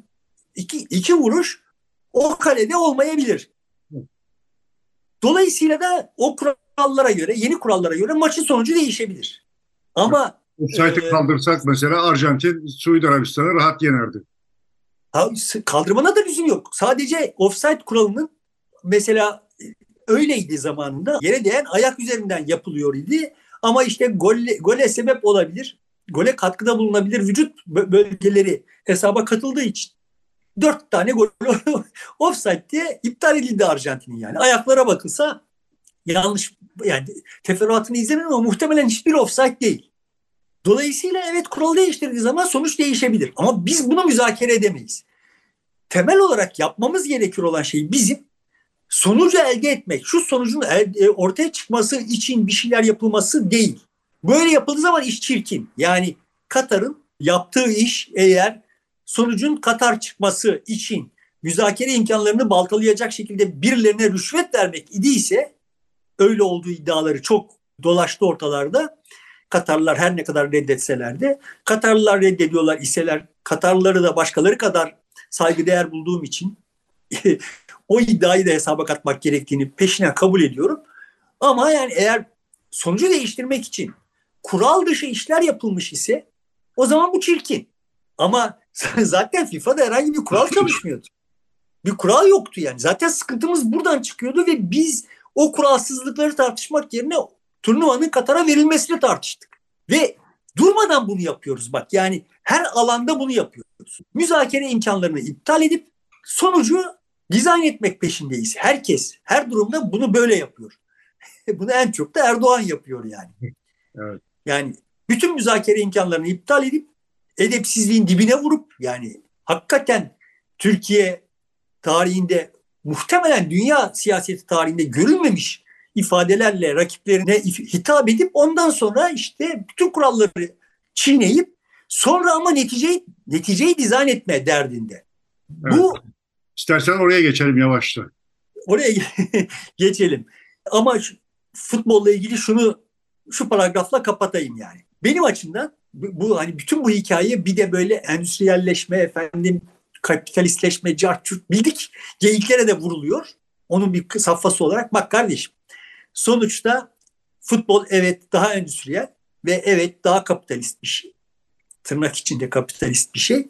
iki vuruş o kalede olmayabilir. Dolayısıyla da o kurallara göre, yeni kurallara göre maçın sonucu değişebilir. Ama Offside'ı kaldırsak mesela Arjantin Suudi Arabistan'ı rahat yenerdi. Kaldırmana da lüzum yok. Sadece offside kuralının mesela öyleydi zamanında. Yere değen ayak üzerinden yapılıyor idi. Ama işte gole sebep olabilir, gole katkıda bulunabilir vücut bölgeleri hesaba katıldığı için 4 tane gol offside diye iptal edildi Arjantin'in yani. Ayaklara bakılsa yanlış, yani teferruatını izlemedim ama muhtemelen hiçbir offside değil. Dolayısıyla evet, kural değiştirdiği zaman sonuç değişebilir. Ama biz bunu müzakere edemeyiz. Temel olarak yapmamız gerekiyor olan şey bizim sonucu elde etmek. Şu sonucun ortaya çıkması için bir şeyler yapılması değil. Böyle yapıldığı zaman iş çirkin. Yani Katar'ın yaptığı iş, eğer sonucun Katar çıkması için müzakere imkanlarını baltalayacak şekilde birilerine rüşvet vermek idiyse, öyle olduğu iddiaları çok dolaştı ortalarda. Katarlılar her ne kadar reddetseler de, Katarlılar reddediyorlar iseler, Katarlıları da başkaları kadar saygıdeğer bulduğum için o iddiayı da hesaba katmak gerektiğini peşine kabul ediyorum. Ama yani eğer sonucu değiştirmek için kural dışı işler yapılmış ise o zaman bu çirkin. Ama zaten FIFA'da herhangi bir kural çalışmıyordu. Bir kural yoktu yani. Zaten sıkıntımız buradan çıkıyordu ve biz o kuralsızlıkları tartışmak yerine turnuvanın Katar'a verilmesini tartıştık. Ve durmadan bunu yapıyoruz bak. Yani her alanda bunu yapıyoruz. Müzakere imkanlarını iptal edip sonucu dizayn etmek peşindeyiz. Herkes her durumda bunu böyle yapıyor. Bunu en çok da Erdoğan yapıyor yani. Evet. Yani bütün müzakere imkanlarını iptal edip edepsizliğin dibine vurup, yani hakikaten Türkiye tarihinde, muhtemelen dünya siyaseti tarihinde görülmemiş ifadelerle rakiplerine hitap edip ondan sonra işte bütün kuralları çiğneyip sonra ama neticeyi dizayn etme derdinde. Evet. Bu İstersen oraya geçelim yavaşça. oraya geçelim. Ama futbolla ilgili şu paragrafla kapatayım yani. Benim açımdan bu hani bütün bu hikaye bir de böyle endüstriyelleşme, efendim kapitalistleşme, carçurt bildik geyiklere de vuruluyor. Onun bir safhası olarak bak kardeşim. Sonuçta futbol evet daha endüstriyel ve evet daha kapitalist bir şey. Tırnak içinde kapitalist bir şey.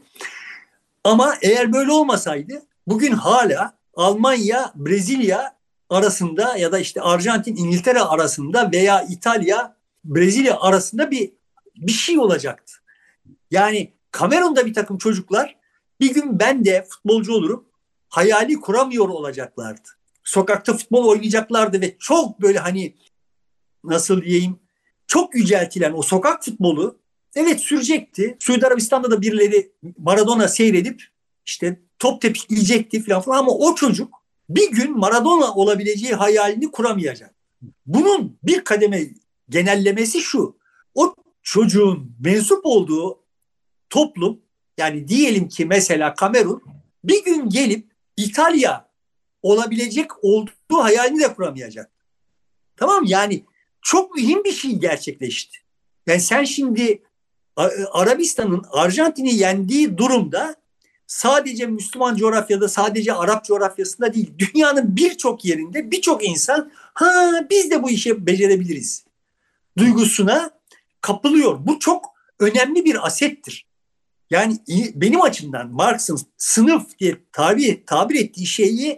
Ama eğer böyle olmasaydı bugün hala Almanya, Brezilya arasında ya da işte Arjantin, İngiltere arasında veya İtalya, Brezilya arasında bir şey olacaktı. Yani Kamerun'da bir takım çocuklar bir gün ben de futbolcu olurum hayali kuramıyor olacaklardı. Sokakta futbol oynayacaklardı ve çok böyle hani nasıl diyeyim, çok yüceltilen o sokak futbolu evet sürecekti. Suudi Arabistan'da da birileri Maradona seyredip işte top tepikleyecekti falan ama o çocuk bir gün Maradona olabileceği hayalini kuramayacak. Bunun bir kademe genellemesi şu: o çocuğun mensup olduğu toplum, yani diyelim ki mesela Kamerun, bir gün gelip İtalya olabilecek olduğu hayalini de kuramayacak. Tamam, yani çok mühim bir şey gerçekleşti. Yani sen şimdi Arabistan'ın Arjantin'i yendiği durumda sadece Müslüman coğrafyada, sadece Arap coğrafyasında değil, dünyanın birçok yerinde birçok insan ha biz de bu işi becerebiliriz duygusuna kapılıyor. Bu çok önemli bir asettir. Yani benim açımdan Marx'ın sınıf diye tabir ettiği şeyi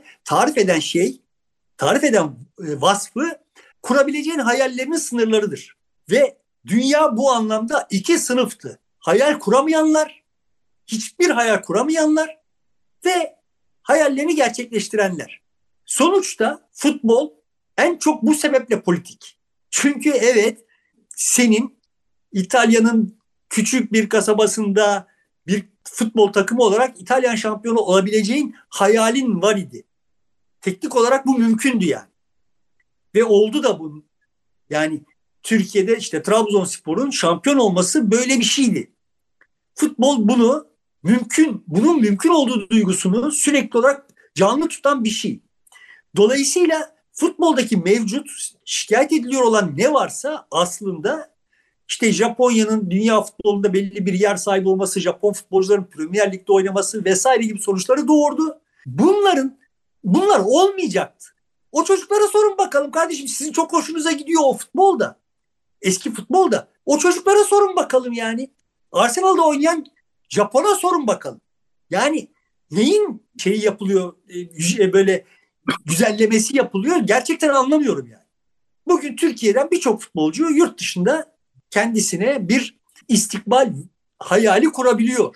tarif eden vasfı kurabileceğin hayallerinin sınırlarıdır. Ve dünya bu anlamda iki sınıftı. Hayal kuramayanlar, hiçbir hayal kuramayanlar ve hayallerini gerçekleştirenler. Sonuçta futbol en çok bu sebeple politik. Çünkü evet, senin İtalya'nın küçük bir kasabasında bir futbol takımı olarak İtalyan şampiyonu olabileceğin hayalin var idi. Teknik olarak bu mümkündü yani. Ve oldu da bu. Yani Türkiye'de işte Trabzonspor'un şampiyon olması böyle bir şeydi. Futbol bunun mümkün olduğu duygusunu sürekli olarak canlı tutan bir şey. Dolayısıyla futboldaki mevcut şikayet ediliyor olan ne varsa aslında işte Japonya'nın dünya futbolunda belli bir yer sahibi olması, Japon futbolcuların Premier Lig'de oynaması vesaire gibi sonuçları doğurdu. Bunlar olmayacaktı. O çocuklara sorun bakalım kardeşim, sizin çok hoşunuza gidiyor o futbolda. Eski futbolda. O çocuklara sorun bakalım yani. Arsenal'da oynayan Japon'a sorun bakalım. Yani neyin şeyi yapılıyor, böyle güzellemesi yapılıyor gerçekten anlamıyorum yani. Bugün Türkiye'den birçok futbolcu yurt dışında kendisine bir istikbal hayali kurabiliyor.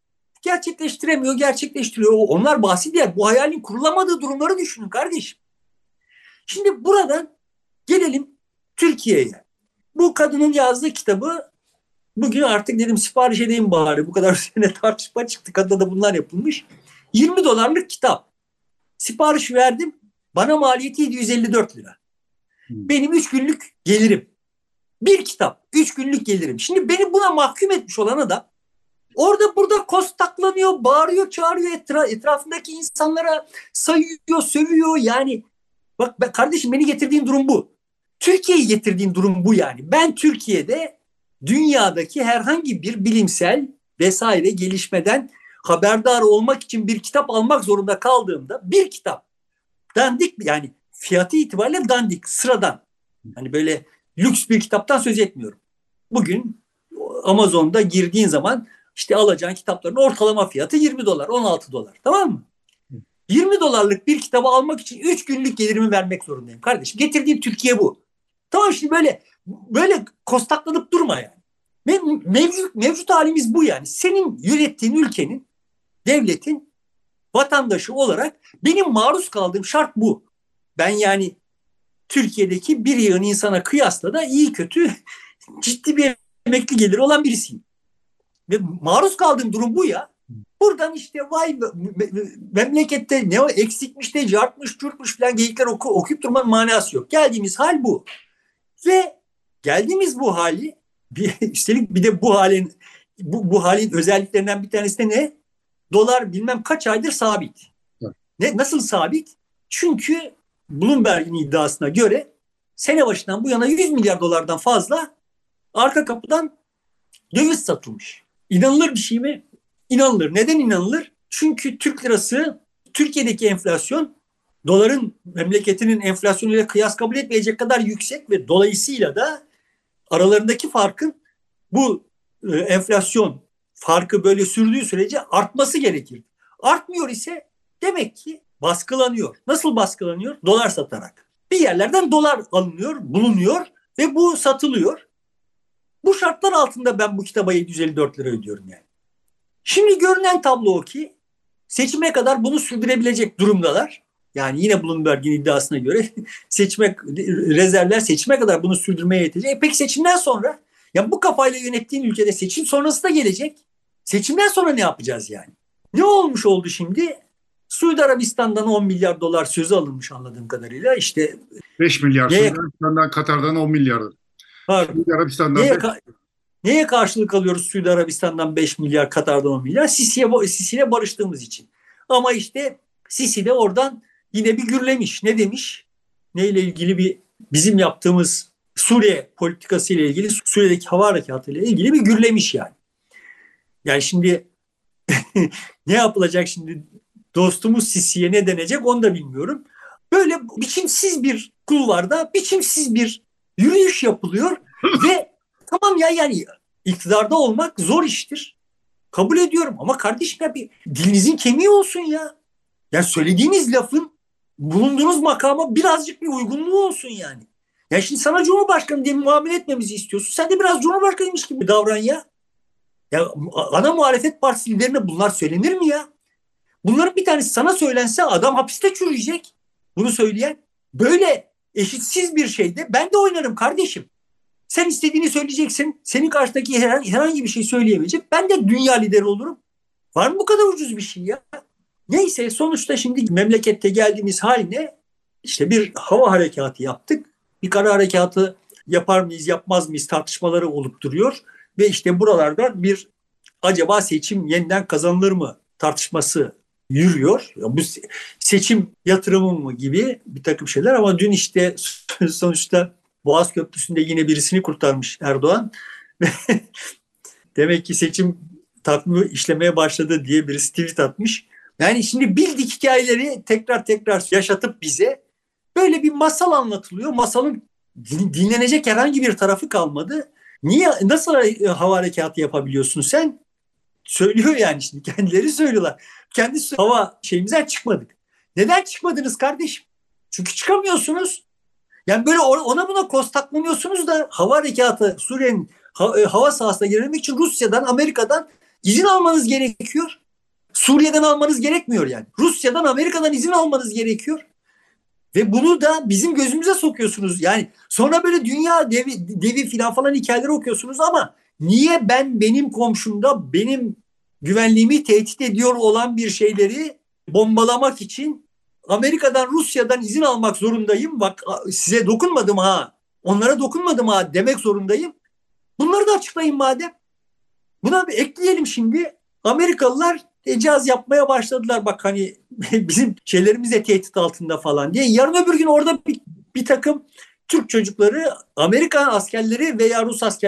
Gerçekleştiriyor. Onlar bahsi diğer. Bu hayalin kurulamadığı durumları düşünün kardeşim. Şimdi buradan gelelim Türkiye'ye. Bu kadının yazdığı kitabı Bugün artık dedim sipariş edeyim bari. Bu kadar sene tartışma çıktı. Kadında da bunlar yapılmış. 20 dolarlık kitap. Sipariş verdim. Bana maliyeti 754 lira. Benim 3 günlük gelirim. Bir kitap. 3 günlük gelirim. Şimdi beni buna mahkum etmiş olan adam orada burada kostaklanıyor, bağırıyor, çağırıyor, etrafındaki insanlara sayıyor, sövüyor. Yani bak kardeşim, beni getirdiğin durum bu. Türkiye'yi getirdiğin durum bu yani. Ben Türkiye'de dünyadaki herhangi bir bilimsel vesaire gelişmeden haberdar olmak için bir kitap almak zorunda kaldığımda, bir kitap dandik, yani fiyatı itibariyle dandik, sıradan. Hani böyle lüks bir kitaptan söz etmiyorum. Bugün Amazon'da girdiğin zaman işte alacağın kitapların ortalama fiyatı 20 dolar, 16 dolar. Tamam mı? 20 dolarlık bir kitabı almak için 3 günlük gelirimi vermek zorundayım kardeşim. Getirdiğim Türkiye bu. Tamam, şimdi böyle kostaklanıp durma yani. Mevcut halimiz bu yani. Senin yönettiğin ülkenin, devletin vatandaşı olarak benim maruz kaldığım şart bu. Ben yani Türkiye'deki bir yığın insana kıyasla da iyi kötü ciddi bir emekli geliri olan birisiyim. Ve maruz kaldığım durum bu ya. Buradan işte vay memlekette ne o eksikmiş de cartmış curtmuş falan geyikler okuyup durmanın manası yok. Geldiğimiz hal bu. Ve geldiğimiz bu hali üstelik bir de bu halin özelliklerinden bir tanesi de ne? Dolar bilmem kaç aydır sabit. Nasıl sabit? Çünkü Bloomberg'in iddiasına göre sene başından bu yana 100 milyar dolardan fazla arka kapıdan döviz satılmış. İnanılır bir şey mi? İnanılır. Neden inanılır? Çünkü Türk lirası, Türkiye'deki enflasyon doların memleketinin enflasyonuyla kıyas kabul etmeyecek kadar yüksek ve dolayısıyla da aralarındaki farkın bu enflasyon farkı böyle sürdüğü sürece artması gerekir. Artmıyor ise demek ki baskılanıyor. Nasıl baskılanıyor? Dolar satarak. Bir yerlerden dolar alınıyor, bulunuyor ve bu satılıyor. Bu şartlar altında ben bu kitaba 754 lira ödüyorum yani. Şimdi görünen tablo o ki seçime kadar bunu sürdürebilecek durumdalar. Yani yine Bloomberg'in iddiasına göre rezervler seçime kadar bunu sürdürmeye yetecek. Peki seçimden sonra? Ya bu kafayla yönettiğin ülkede seçim sonrası da gelecek. Seçimden sonra ne yapacağız yani? Ne olmuş oldu şimdi? Suudi Arabistan'dan 10 milyar dolar sözü alınmış anladığım kadarıyla. İşte 5 milyar Suudi Arabistan'dan, Katar'dan 10 milyar. Suudi Arabistan'dan neye karşılık alıyoruz Suudi Arabistan'dan 5 milyar, Katar'dan 10 milyar? Sisi'yle barıştığımız için. Ama işte Sisi de oradan yine bir gürlemiş. Ne demiş? Neyle ilgili bizim yaptığımız Suriye politikası ile ilgili, Suriye'deki hava harekatı ile ilgili bir gürlemiş yani. Yani şimdi ne yapılacak şimdi? Dostumuz Sisi'ye ne denecek onu da bilmiyorum. Böyle biçimsiz bir kulvarda biçimsiz bir yürüyüş yapılıyor ve tamam ya, yani iktidarda olmak zor iştir. Kabul ediyorum ama kardeşim ya bir dilinizin kemiği olsun ya. Yani söylediğiniz lafın bulunduğunuz makama birazcık bir uygunluğu olsun yani. Ya şimdi sana Cumhurbaşkanı diye muamele etmemizi istiyorsun. Sen de biraz Cumhurbaşkanıymış gibi davran ya. Ya ana muhalefet partisi liderine bunlar söylenir mi ya? Bunların bir tanesi sana söylense adam hapiste çürüyecek. Bunu söyleyen. Böyle eşitsiz bir şeyde ben de oynarım kardeşim. Sen istediğini söyleyeceksin. Senin karşıdaki herhangi bir şey söyleyemeyecek. Ben de dünya lideri olurum. Var mı bu kadar ucuz bir şey ya? Neyse, sonuçta şimdi memlekette geldiğimiz haline işte bir hava harekatı yaptık. Bir kara harekatı yapar mıyız yapmaz mıyız tartışmaları olup duruyor. Ve işte buralardan bir acaba seçim yeniden kazanılır mı tartışması yürüyor. Bu seçim yatırımı mı gibi bir takım şeyler ama dün işte sonuçta Boğaz Köprüsü'nde yine birisini kurtarmış Erdoğan. Demek ki seçim takvimi işlemeye başladı diye birisi tweet atmış. Yani şimdi bildik hikayeleri tekrar yaşatıp bize böyle bir masal anlatılıyor. Masalın dinlenecek herhangi bir tarafı kalmadı. Niye, nasıl hava harekatı yapabiliyorsun sen? Söylüyor yani, şimdi kendileri söylüyorlar. Kendisi hava şeyimizden çıkmadık. Neden çıkmadınız kardeşim? Çünkü çıkamıyorsunuz. Yani böyle ona buna kostaklanıyorsunuz da hava harekatı Suriye'nin hava sahasına girebilmek için Rusya'dan, Amerika'dan izin almanız gerekiyor. Suriye'den almanız gerekmiyor yani. Rusya'dan, Amerika'dan izin almanız gerekiyor. Ve bunu da bizim gözümüze sokuyorsunuz. Yani sonra böyle dünya devi falan hikayeleri okuyorsunuz ama Niye ben benim komşumda benim güvenliğimi tehdit ediyor olan bir şeyleri bombalamak için Amerika'dan, Rusya'dan izin almak zorundayım? Bak size dokunmadım ha, onlara dokunmadım ha demek zorundayım. Bunları da açıklayın madem. Buna bir ekleyelim şimdi. Amerikalılar icaz yapmaya başladılar. Bak hani bizim şeylerimiz de tehdit altında falan diye. Yarın öbür gün orada bir takım Türk çocukları Amerikan askerleri veya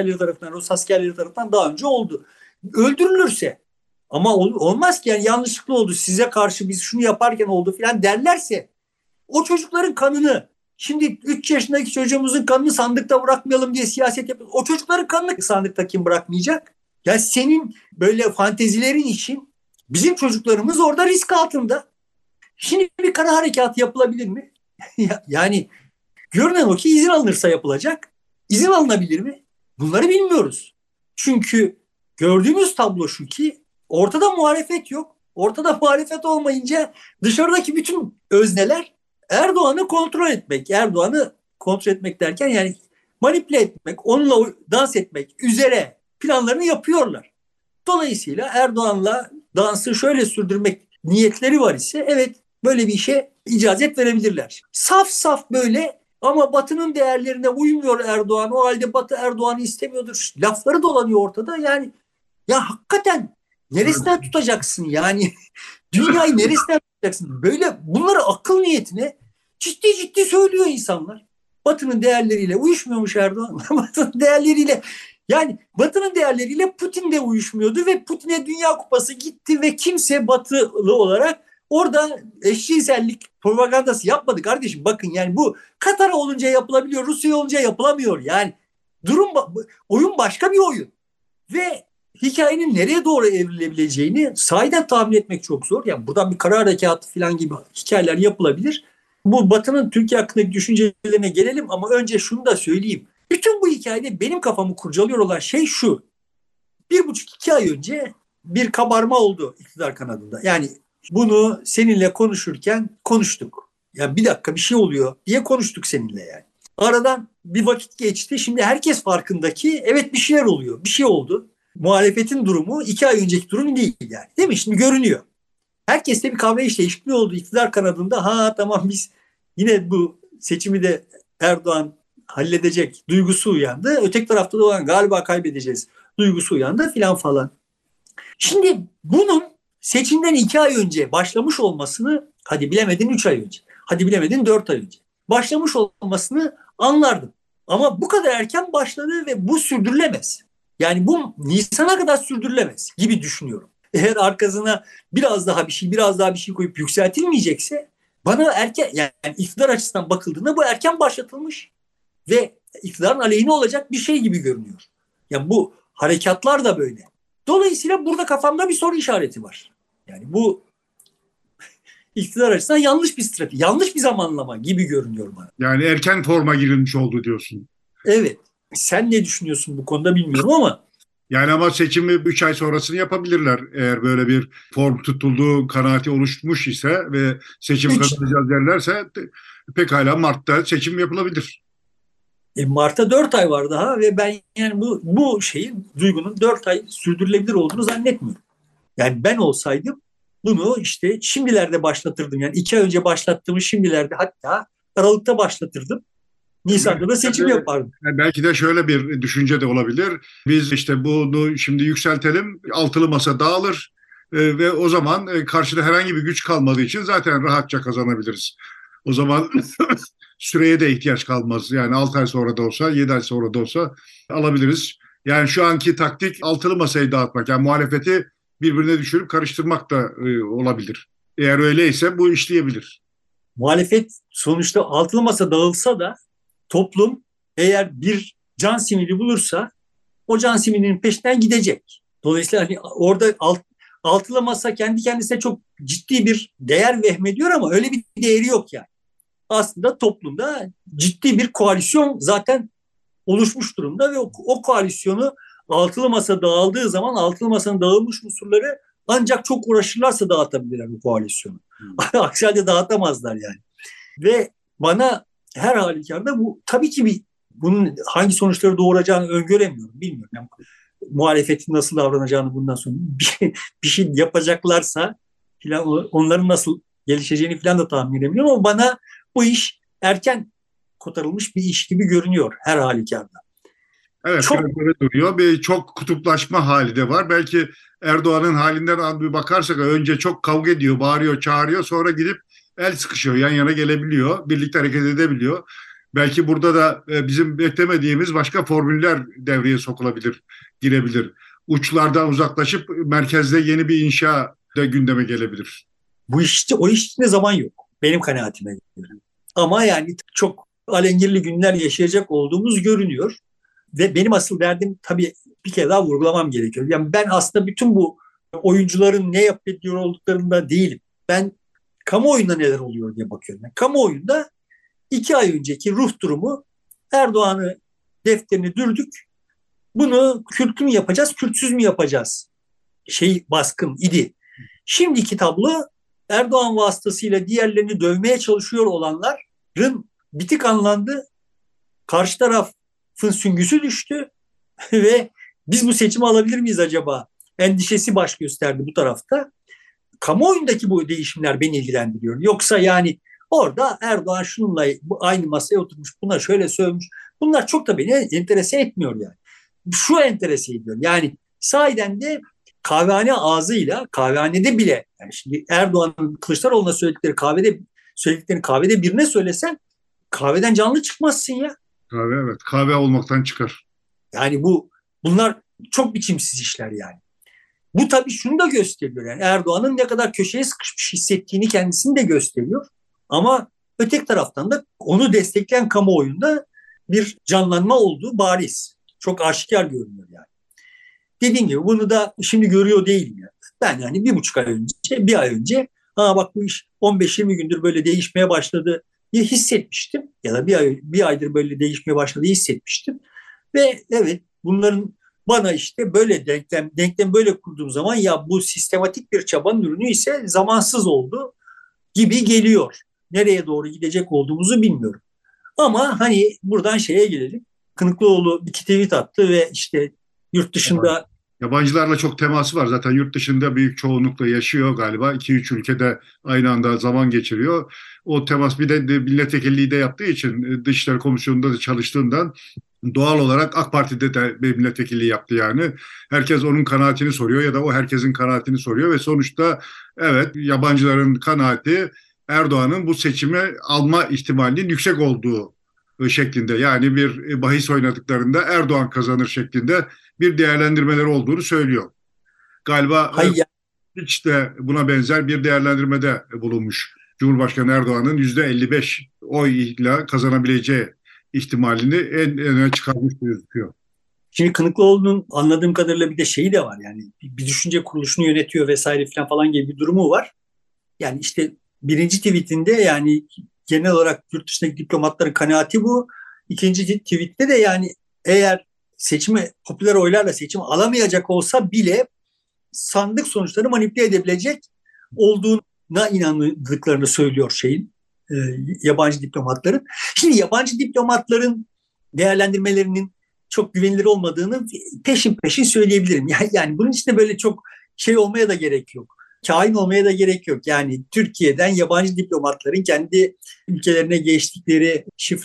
Rus askerleri tarafından daha önce oldu. Öldürülürse ama olmaz ki yani yanlışlıkla oldu. Size karşı biz şunu yaparken oldu falan derlerse o çocukların kanını şimdi 3 yaşındaki çocuğumuzun kanını sandıkta bırakmayalım diye siyaset yapıyoruz. O çocukların kanını sandıkta kim bırakmayacak? Ya senin böyle fantezilerin için bizim çocuklarımız orada risk altında. Şimdi bir kara harekatı yapılabilir mi? Yani görünen o ki izin alınırsa yapılacak. İzin alınabilir mi? Bunları bilmiyoruz. Çünkü gördüğümüz tablo şu ki ortada muhalefet yok. Ortada muhalefet olmayınca dışarıdaki bütün özneler Erdoğan'ı kontrol etmek. Erdoğan'ı kontrol etmek derken yani manipüle etmek, onunla dans etmek üzere planlarını yapıyorlar. Dolayısıyla Erdoğan'la dansı şöyle sürdürmek niyetleri var ise evet böyle bir işe icazet verebilirler. Saf saf böyle ama Batı'nın değerlerine uymuyor Erdoğan. O halde Batı Erdoğan'ı istemiyordur. Lafları dolanıyor ortada. Yani ya hakikaten neresinden tutacaksın yani? Dünyayı neresinden tutacaksın? Böyle bunları akıl niyetine ciddi ciddi söylüyor insanlar. Batı'nın değerleriyle uyuşmuyormuş Erdoğan. Batı'nın değerleriyle yani Batı'nın değerleriyle Putin de uyuşmuyordu ve Putin'e Dünya Kupası gitti ve kimse Batılı olarak orada eşcinsellik propagandası yapmadı kardeşim. Bakın yani bu Katar olunca yapılabiliyor, Rusya olunca yapılamıyor. Yani durum oyun başka bir oyun. Ve hikayenin nereye doğru evrilebileceğini sahiden tahmin etmek çok zor. Yani buradan bir karar harekatı falan gibi hikayeler yapılabilir. Bu Batı'nın Türkiye hakkındaki düşüncelerine gelelim ama önce şunu da söyleyeyim. Bütün bu hikayede benim kafamı kurcalıyor olan şey şu. 1,5-2 ay önce bir kabarma oldu iktidar kanadında. Yani bunu seninle konuşurken konuştuk. Ya bir dakika bir şey oluyor diye konuştuk seninle yani. Aradan bir vakit geçti. Şimdi herkes farkında ki evet bir şeyler oluyor. Bir şey oldu. Muhalefetin durumu 2 ay önceki durum değil yani. Değil mi? Şimdi görünüyor. Herkeste bir kavrayış değişikliği oldu. İktidar kanadında ha tamam biz yine bu seçimi de Erdoğan halledecek duygusu uyandı. Öteki tarafta da olan galiba kaybedeceğiz duygusu uyandı filan falan. Şimdi bunun seçimden 2 ay önce başlamış olmasını hadi bilemedin 3 ay önce. Hadi bilemedin 4 ay önce. Başlamış olmasını anlardım. Ama bu kadar erken başladı ve bu sürdürülemez. Yani bu Nisan'a kadar sürdürülemez gibi düşünüyorum. Eğer arkasına biraz daha bir şey koyup yükseltilmeyecekse bana erken yani iktidar açısından bakıldığında bu erken başlatılmış ve iktidarın aleyhine olacak bir şey gibi görünüyor. Yani bu harekatlar da böyle. Dolayısıyla burada kafamda bir soru işareti var. Yani bu iktidar açısından yanlış bir strateji, yanlış bir zamanlama gibi görünüyor bana. Yani erken forma girilmiş oldu diyorsun. Evet. Sen ne düşünüyorsun bu konuda bilmiyorum ama. Yani ama seçimi 3 ay sonrasını yapabilirler. Eğer böyle bir form tutulduğu kanaati oluşmuş ise ve seçim Üç, kazanacağız derlerse pekala Mart'ta seçim yapılabilir. Mart'a 4 ay var daha ve ben yani bu şeyin duygunun 4 ay sürdürülebilir olduğunu zannetmiyorum. Yani ben olsaydım bunu işte şimdilerde başlatırdım. Yani 2 ay önce başlattığımı şimdilerde hatta Aralık'ta başlatırdım. Nisan'da da seçim yapardım. Belki de şöyle bir düşünce de olabilir. Biz işte bunu şimdi yükseltelim, altılı masa dağılır ve o zaman karşıda herhangi bir güç kalmadığı için zaten rahatça kazanabiliriz. O zaman süreye de ihtiyaç kalmaz. Yani 6 ay sonra da olsa, 7 ay sonra da olsa alabiliriz. Yani şu anki taktik altılı masayı dağıtmak. Yani muhalefeti birbirine düşürüp karıştırmak da olabilir. Eğer öyleyse bu işleyebilir. Muhalefet sonuçta altılı masa dağılsa da toplum eğer bir can simidi bulursa o can simidinin peşinden gidecek. Dolayısıyla hani orada altılı masa kendi kendisine çok ciddi bir değer vehmediyor ama öyle bir değeri yok yani. Aslında toplumda ciddi bir koalisyon zaten oluşmuş durumda ve o koalisyonu altılı masa dağıldığı zaman altılı masanın dağılmış unsurları ancak çok uğraşırlarsa dağıtabilirler bu koalisyonu. Aksi halde dağıtamazlar yani. Ve bana her halükarda bu tabii ki bunun hangi sonuçları doğuracağını öngöremiyorum, bilmiyorum. Yani muhalefetin nasıl davranacağını bundan sonra bir şey yapacaklarsa filan onların nasıl gelişeceğini filan da tahmin edemiyorum ama bana bu iş erken kotarılmış bir iş gibi görünüyor her halükarda. Evet, Çok biraz öyle duruyor. Bir çok kutuplaşma hali de var. Belki Erdoğan'ın halinden bir bakarsak önce çok kavga ediyor, bağırıyor, çağırıyor. Sonra gidip el sıkışıyor, yan yana gelebiliyor, birlikte hareket edebiliyor. Belki burada da bizim beklemediğimiz başka formüller devreye sokulabilir, girebilir. Uçlardan uzaklaşıp merkezde yeni bir inşa da gündeme gelebilir. bu işte o iş içinde zaman yok benim kanaatime göre. Ama yani çok alengirli günler yaşayacak olduğumuz görünüyor. Ve benim asıl derdim tabii bir kere daha vurgulamam gerekiyor. Yani ben aslında bütün bu oyuncuların ne yapıyor olduklarında değilim. Ben kamuoyunda neler oluyor diye bakıyorum. Yani kamuoyunda 2 ay önceki ruh durumu Erdoğan'ı defterini dürdük. Bunu Kürt'ü mü yapacağız, Kürtsüz mü yapacağız? Baskın idi. Şimdiki tablo Erdoğan vasıtasıyla diğerlerini dövmeye çalışıyor olanların bitik anlandı. Karşı tarafın süngüsü düştü ve biz bu seçimi alabilir miyiz acaba? Endişesi baş gösterdi bu tarafta. Kamuoyundaki bu değişimler beni ilgilendiriyor. Yoksa yani orada Erdoğan şununla aynı masaya oturmuş, buna şöyle sövmüş. Bunlar çok da beni enterese etmiyor yani. Şu enterese ediyor. Yani sahiden de kahvehane ağzıyla, kahvehanede bile yani şimdi Erdoğan'ın Kılıçdaroğlu'na söylediklerini kahvede birine söylesen kahveden canlı çıkmazsın ya. Kahve, evet, kahve olmaktan çıkar. Yani bunlar çok biçimsiz işler yani. Bu tabii şunu da gösteriyor. Yani Erdoğan'ın ne kadar köşeye sıkışmış hissettiğini kendisini de gösteriyor. Ama öteki taraftan da onu destekleyen kamuoyunda bir canlanma olduğu bariz. Çok aşikar görünüyor yani. Dediğim gibi bunu da şimdi görüyor değilim yani. Ben yani 1,5 ay önce, bir ay önce bak bu iş 15-20 gündür böyle değişmeye başladı diye hissetmiştim. Ya da bir aydır böyle değişmeye başladı hissetmiştim. Ve evet bunların bana işte böyle denklem böyle kurduğum zaman ya bu sistematik bir çabanın ürünü ise zamansız oldu gibi geliyor. Nereye doğru gidecek olduğumuzu bilmiyorum. Ama hani buradan şeye gelelim. Kınıklıoğlu bir tweet attı ve işte yurt dışında Yabancılarla çok teması var. Zaten yurt dışında büyük çoğunlukla yaşıyor galiba. 2-3 ülkede aynı anda zaman geçiriyor. O temas bir de milletvekilliği de yaptığı için Dışişleri Komisyonu'nda da çalıştığından doğal olarak AK Parti'de de bir milletvekilliği yaptı yani. Herkes onun kanaatini soruyor ya da o herkesin kanaatini soruyor ve sonuçta evet yabancıların kanaati Erdoğan'ın bu seçimi alma ihtimalinin yüksek olduğu şeklinde. Yani bir bahis oynadıklarında Erdoğan kazanır şeklinde bir değerlendirmeleri olduğunu söylüyor. Galiba hayır. hiç de buna benzer bir değerlendirmede bulunmuş. Cumhurbaşkanı Erdoğan'ın %55 oyla kazanabileceği ihtimalini en öne çıkarmış gözüküyor. Şimdi Kınıklıoğlu'nun anladığım kadarıyla bir de şeyi de var yani bir düşünce kuruluşunu yönetiyor vesaire falan gibi bir durumu var. Yani işte birinci tweetinde yani genel olarak yurt dışındaki diplomatların kanaati bu. İkinci tweette de yani eğer popüler oylarla seçimi alamayacak olsa bile sandık sonuçlarını manipüle edebilecek olduğuna inandıklarını söylüyor e, yabancı diplomatların. Şimdi yabancı diplomatların değerlendirmelerinin çok güvenilir olmadığını peşin peşin söyleyebilirim. Yani bunun için de böyle çok olmaya da gerek yok. Kain olmaya da gerek yok. Yani Türkiye'den yabancı diplomatların kendi ülkelerine geçtikleri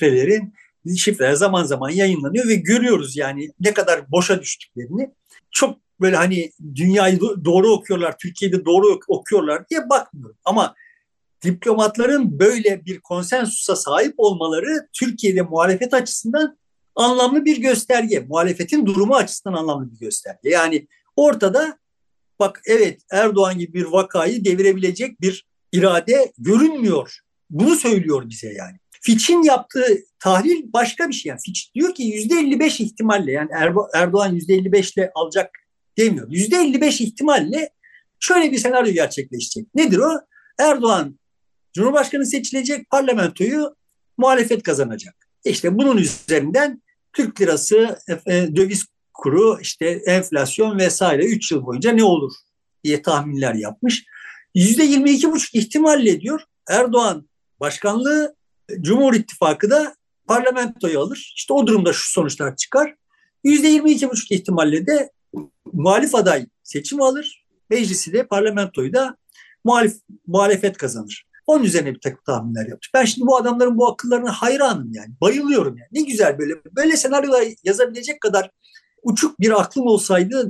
şifreler zaman zaman yayınlanıyor ve görüyoruz yani ne kadar boşa düştüklerini. Çok böyle hani dünyayı doğru okuyorlar, Türkiye'de doğru okuyorlar diye bakmıyorum. Ama diplomatların böyle bir konsensusa sahip olmaları Türkiye'de muhalefet açısından anlamlı bir gösterge. Muhalefetin durumu açısından anlamlı bir gösterge. Yani ortada bak evet Erdoğan gibi bir vakayı devirebilecek bir irade görünmüyor. Bunu söylüyor bize yani. Fitch'in yaptığı tahlil başka bir şey. Yani Fitch diyor ki %55 ihtimalle yani Erdoğan %55 ile alacak demiyor. %55 ihtimalle şöyle bir senaryo gerçekleşecek. Nedir o? Erdoğan Cumhurbaşkanı seçilecek, parlamentoyu muhalefet kazanacak. İşte bunun üzerinden Türk lirası, döviz kuru, işte enflasyon vesaire 3 yıl boyunca ne olur diye tahminler yapmış. %22,5 ihtimalle diyor Erdoğan başkanlığı, Cumhur İttifakı da parlamentoyu alır. İşte o durumda şu sonuçlar çıkar. %22,5 ihtimalle de muhalif aday seçimi alır. Meclisi de parlamentoyu da muhalefet kazanır. Onun üzerine bir takım tahminler yaptık. Ben şimdi bu adamların bu akıllarına hayranım yani. Bayılıyorum yani. Ne güzel böyle senaryolar yazabilecek kadar uçuk bir aklım olsaydı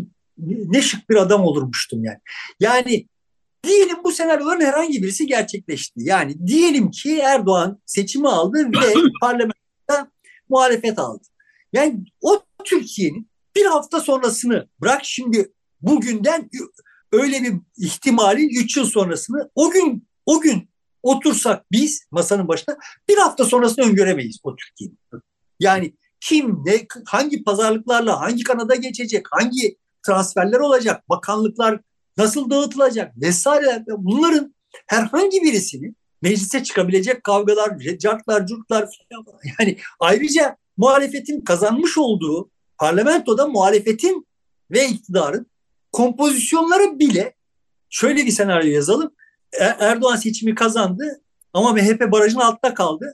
ne şık bir adam olurmuştum yani. Yani diyelim bu senaryoların herhangi birisi gerçekleşti. Yani diyelim ki Erdoğan seçimi aldı ve parlamentoda muhalefet aldı. Yani o Türkiye'nin bir hafta sonrasını bırak şimdi bugünden öyle bir ihtimalin 3 yıl sonrasını o gün otursak biz masanın başında bir hafta sonrasını öngöremeyiz o Türkiye'nin. Yani kim, ne, hangi pazarlıklarla, hangi kanada geçecek, hangi transferler olacak, bakanlıklar nasıl dağıtılacak vesaire. Bunların herhangi birisini meclise çıkabilecek kavgalar, cartlar, curtlar falan. Yani ayrıca muhalefetin kazanmış olduğu parlamentoda muhalefetin ve iktidarın kompozisyonları bile şöyle bir senaryo yazalım. Erdoğan seçimi kazandı ama MHP barajın altında kaldı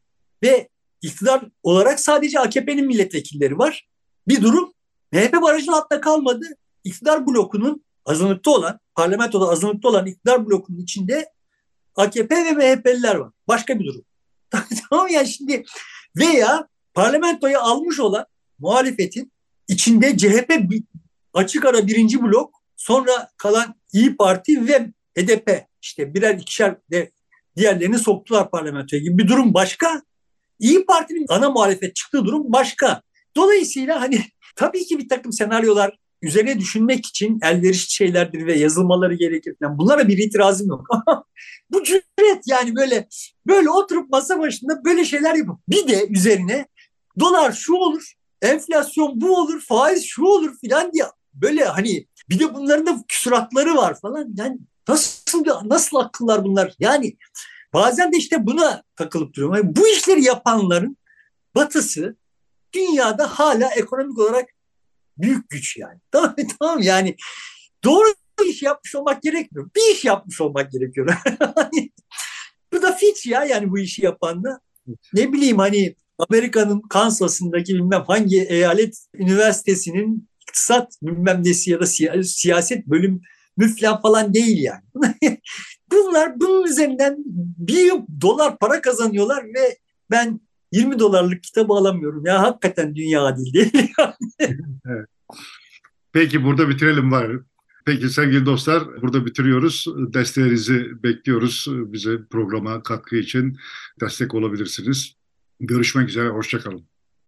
ve iktidar olarak sadece AKP'nin milletvekilleri var. Bir durum MHP barajın altında kalmadı. İktidar blokunun azınlıkta olan, parlamentoda azınlıkta olan iktidar blokunun içinde AKP ve MHP'liler var. Başka bir durum. Tamam ya şimdi veya parlamentoyu almış olan muhalefetin içinde CHP açık ara birinci blok, sonra kalan İyi Parti ve HDP işte birer ikişer de diğerlerini soktular parlamentoya gibi bir durum başka. İyi Parti'nin ana muhalefet çıktığı durum başka. Dolayısıyla hani tabii ki bir takım senaryolar üzerine düşünmek için elverişli şeylerdir ve yazılmaları gerekir falan. Bunlara bir itirazım yok. Bu cüret yani böyle oturup masa başında böyle şeyler yapıp bir de üzerine dolar şu olur, enflasyon bu olur, faiz şu olur filan diye böyle hani bir de bunların da küsuratları var falan. Yani nasıl akıllar bunlar? Yani bazen de işte buna takılıp duruyorum. Yani bu işleri yapanların batısı dünyada hala ekonomik olarak büyük güç yani. Tamam, tamam yani doğru iş yapmış olmak gerekmiyor. Bir iş yapmış olmak gerekiyor. Bu da fix ya yani bu işi yapan da. Ne bileyim hani Amerika'nın Kansas'ındaki bilmem hangi eyalet üniversitesinin iktisat bilmem nesi ya da siyaset bölümü falan değil yani. Bunlar bunun üzerinden $1 para kazanıyorlar ve ben 20 dolarlık kitabı alamıyorum. Ya hakikaten dünya adil değil. Evet. Peki burada bitirelim var. Peki sevgili dostlar burada bitiriyoruz. Desteğinizi bekliyoruz. Bize programa katkı için destek olabilirsiniz. Görüşmek üzere, hoşça kalın.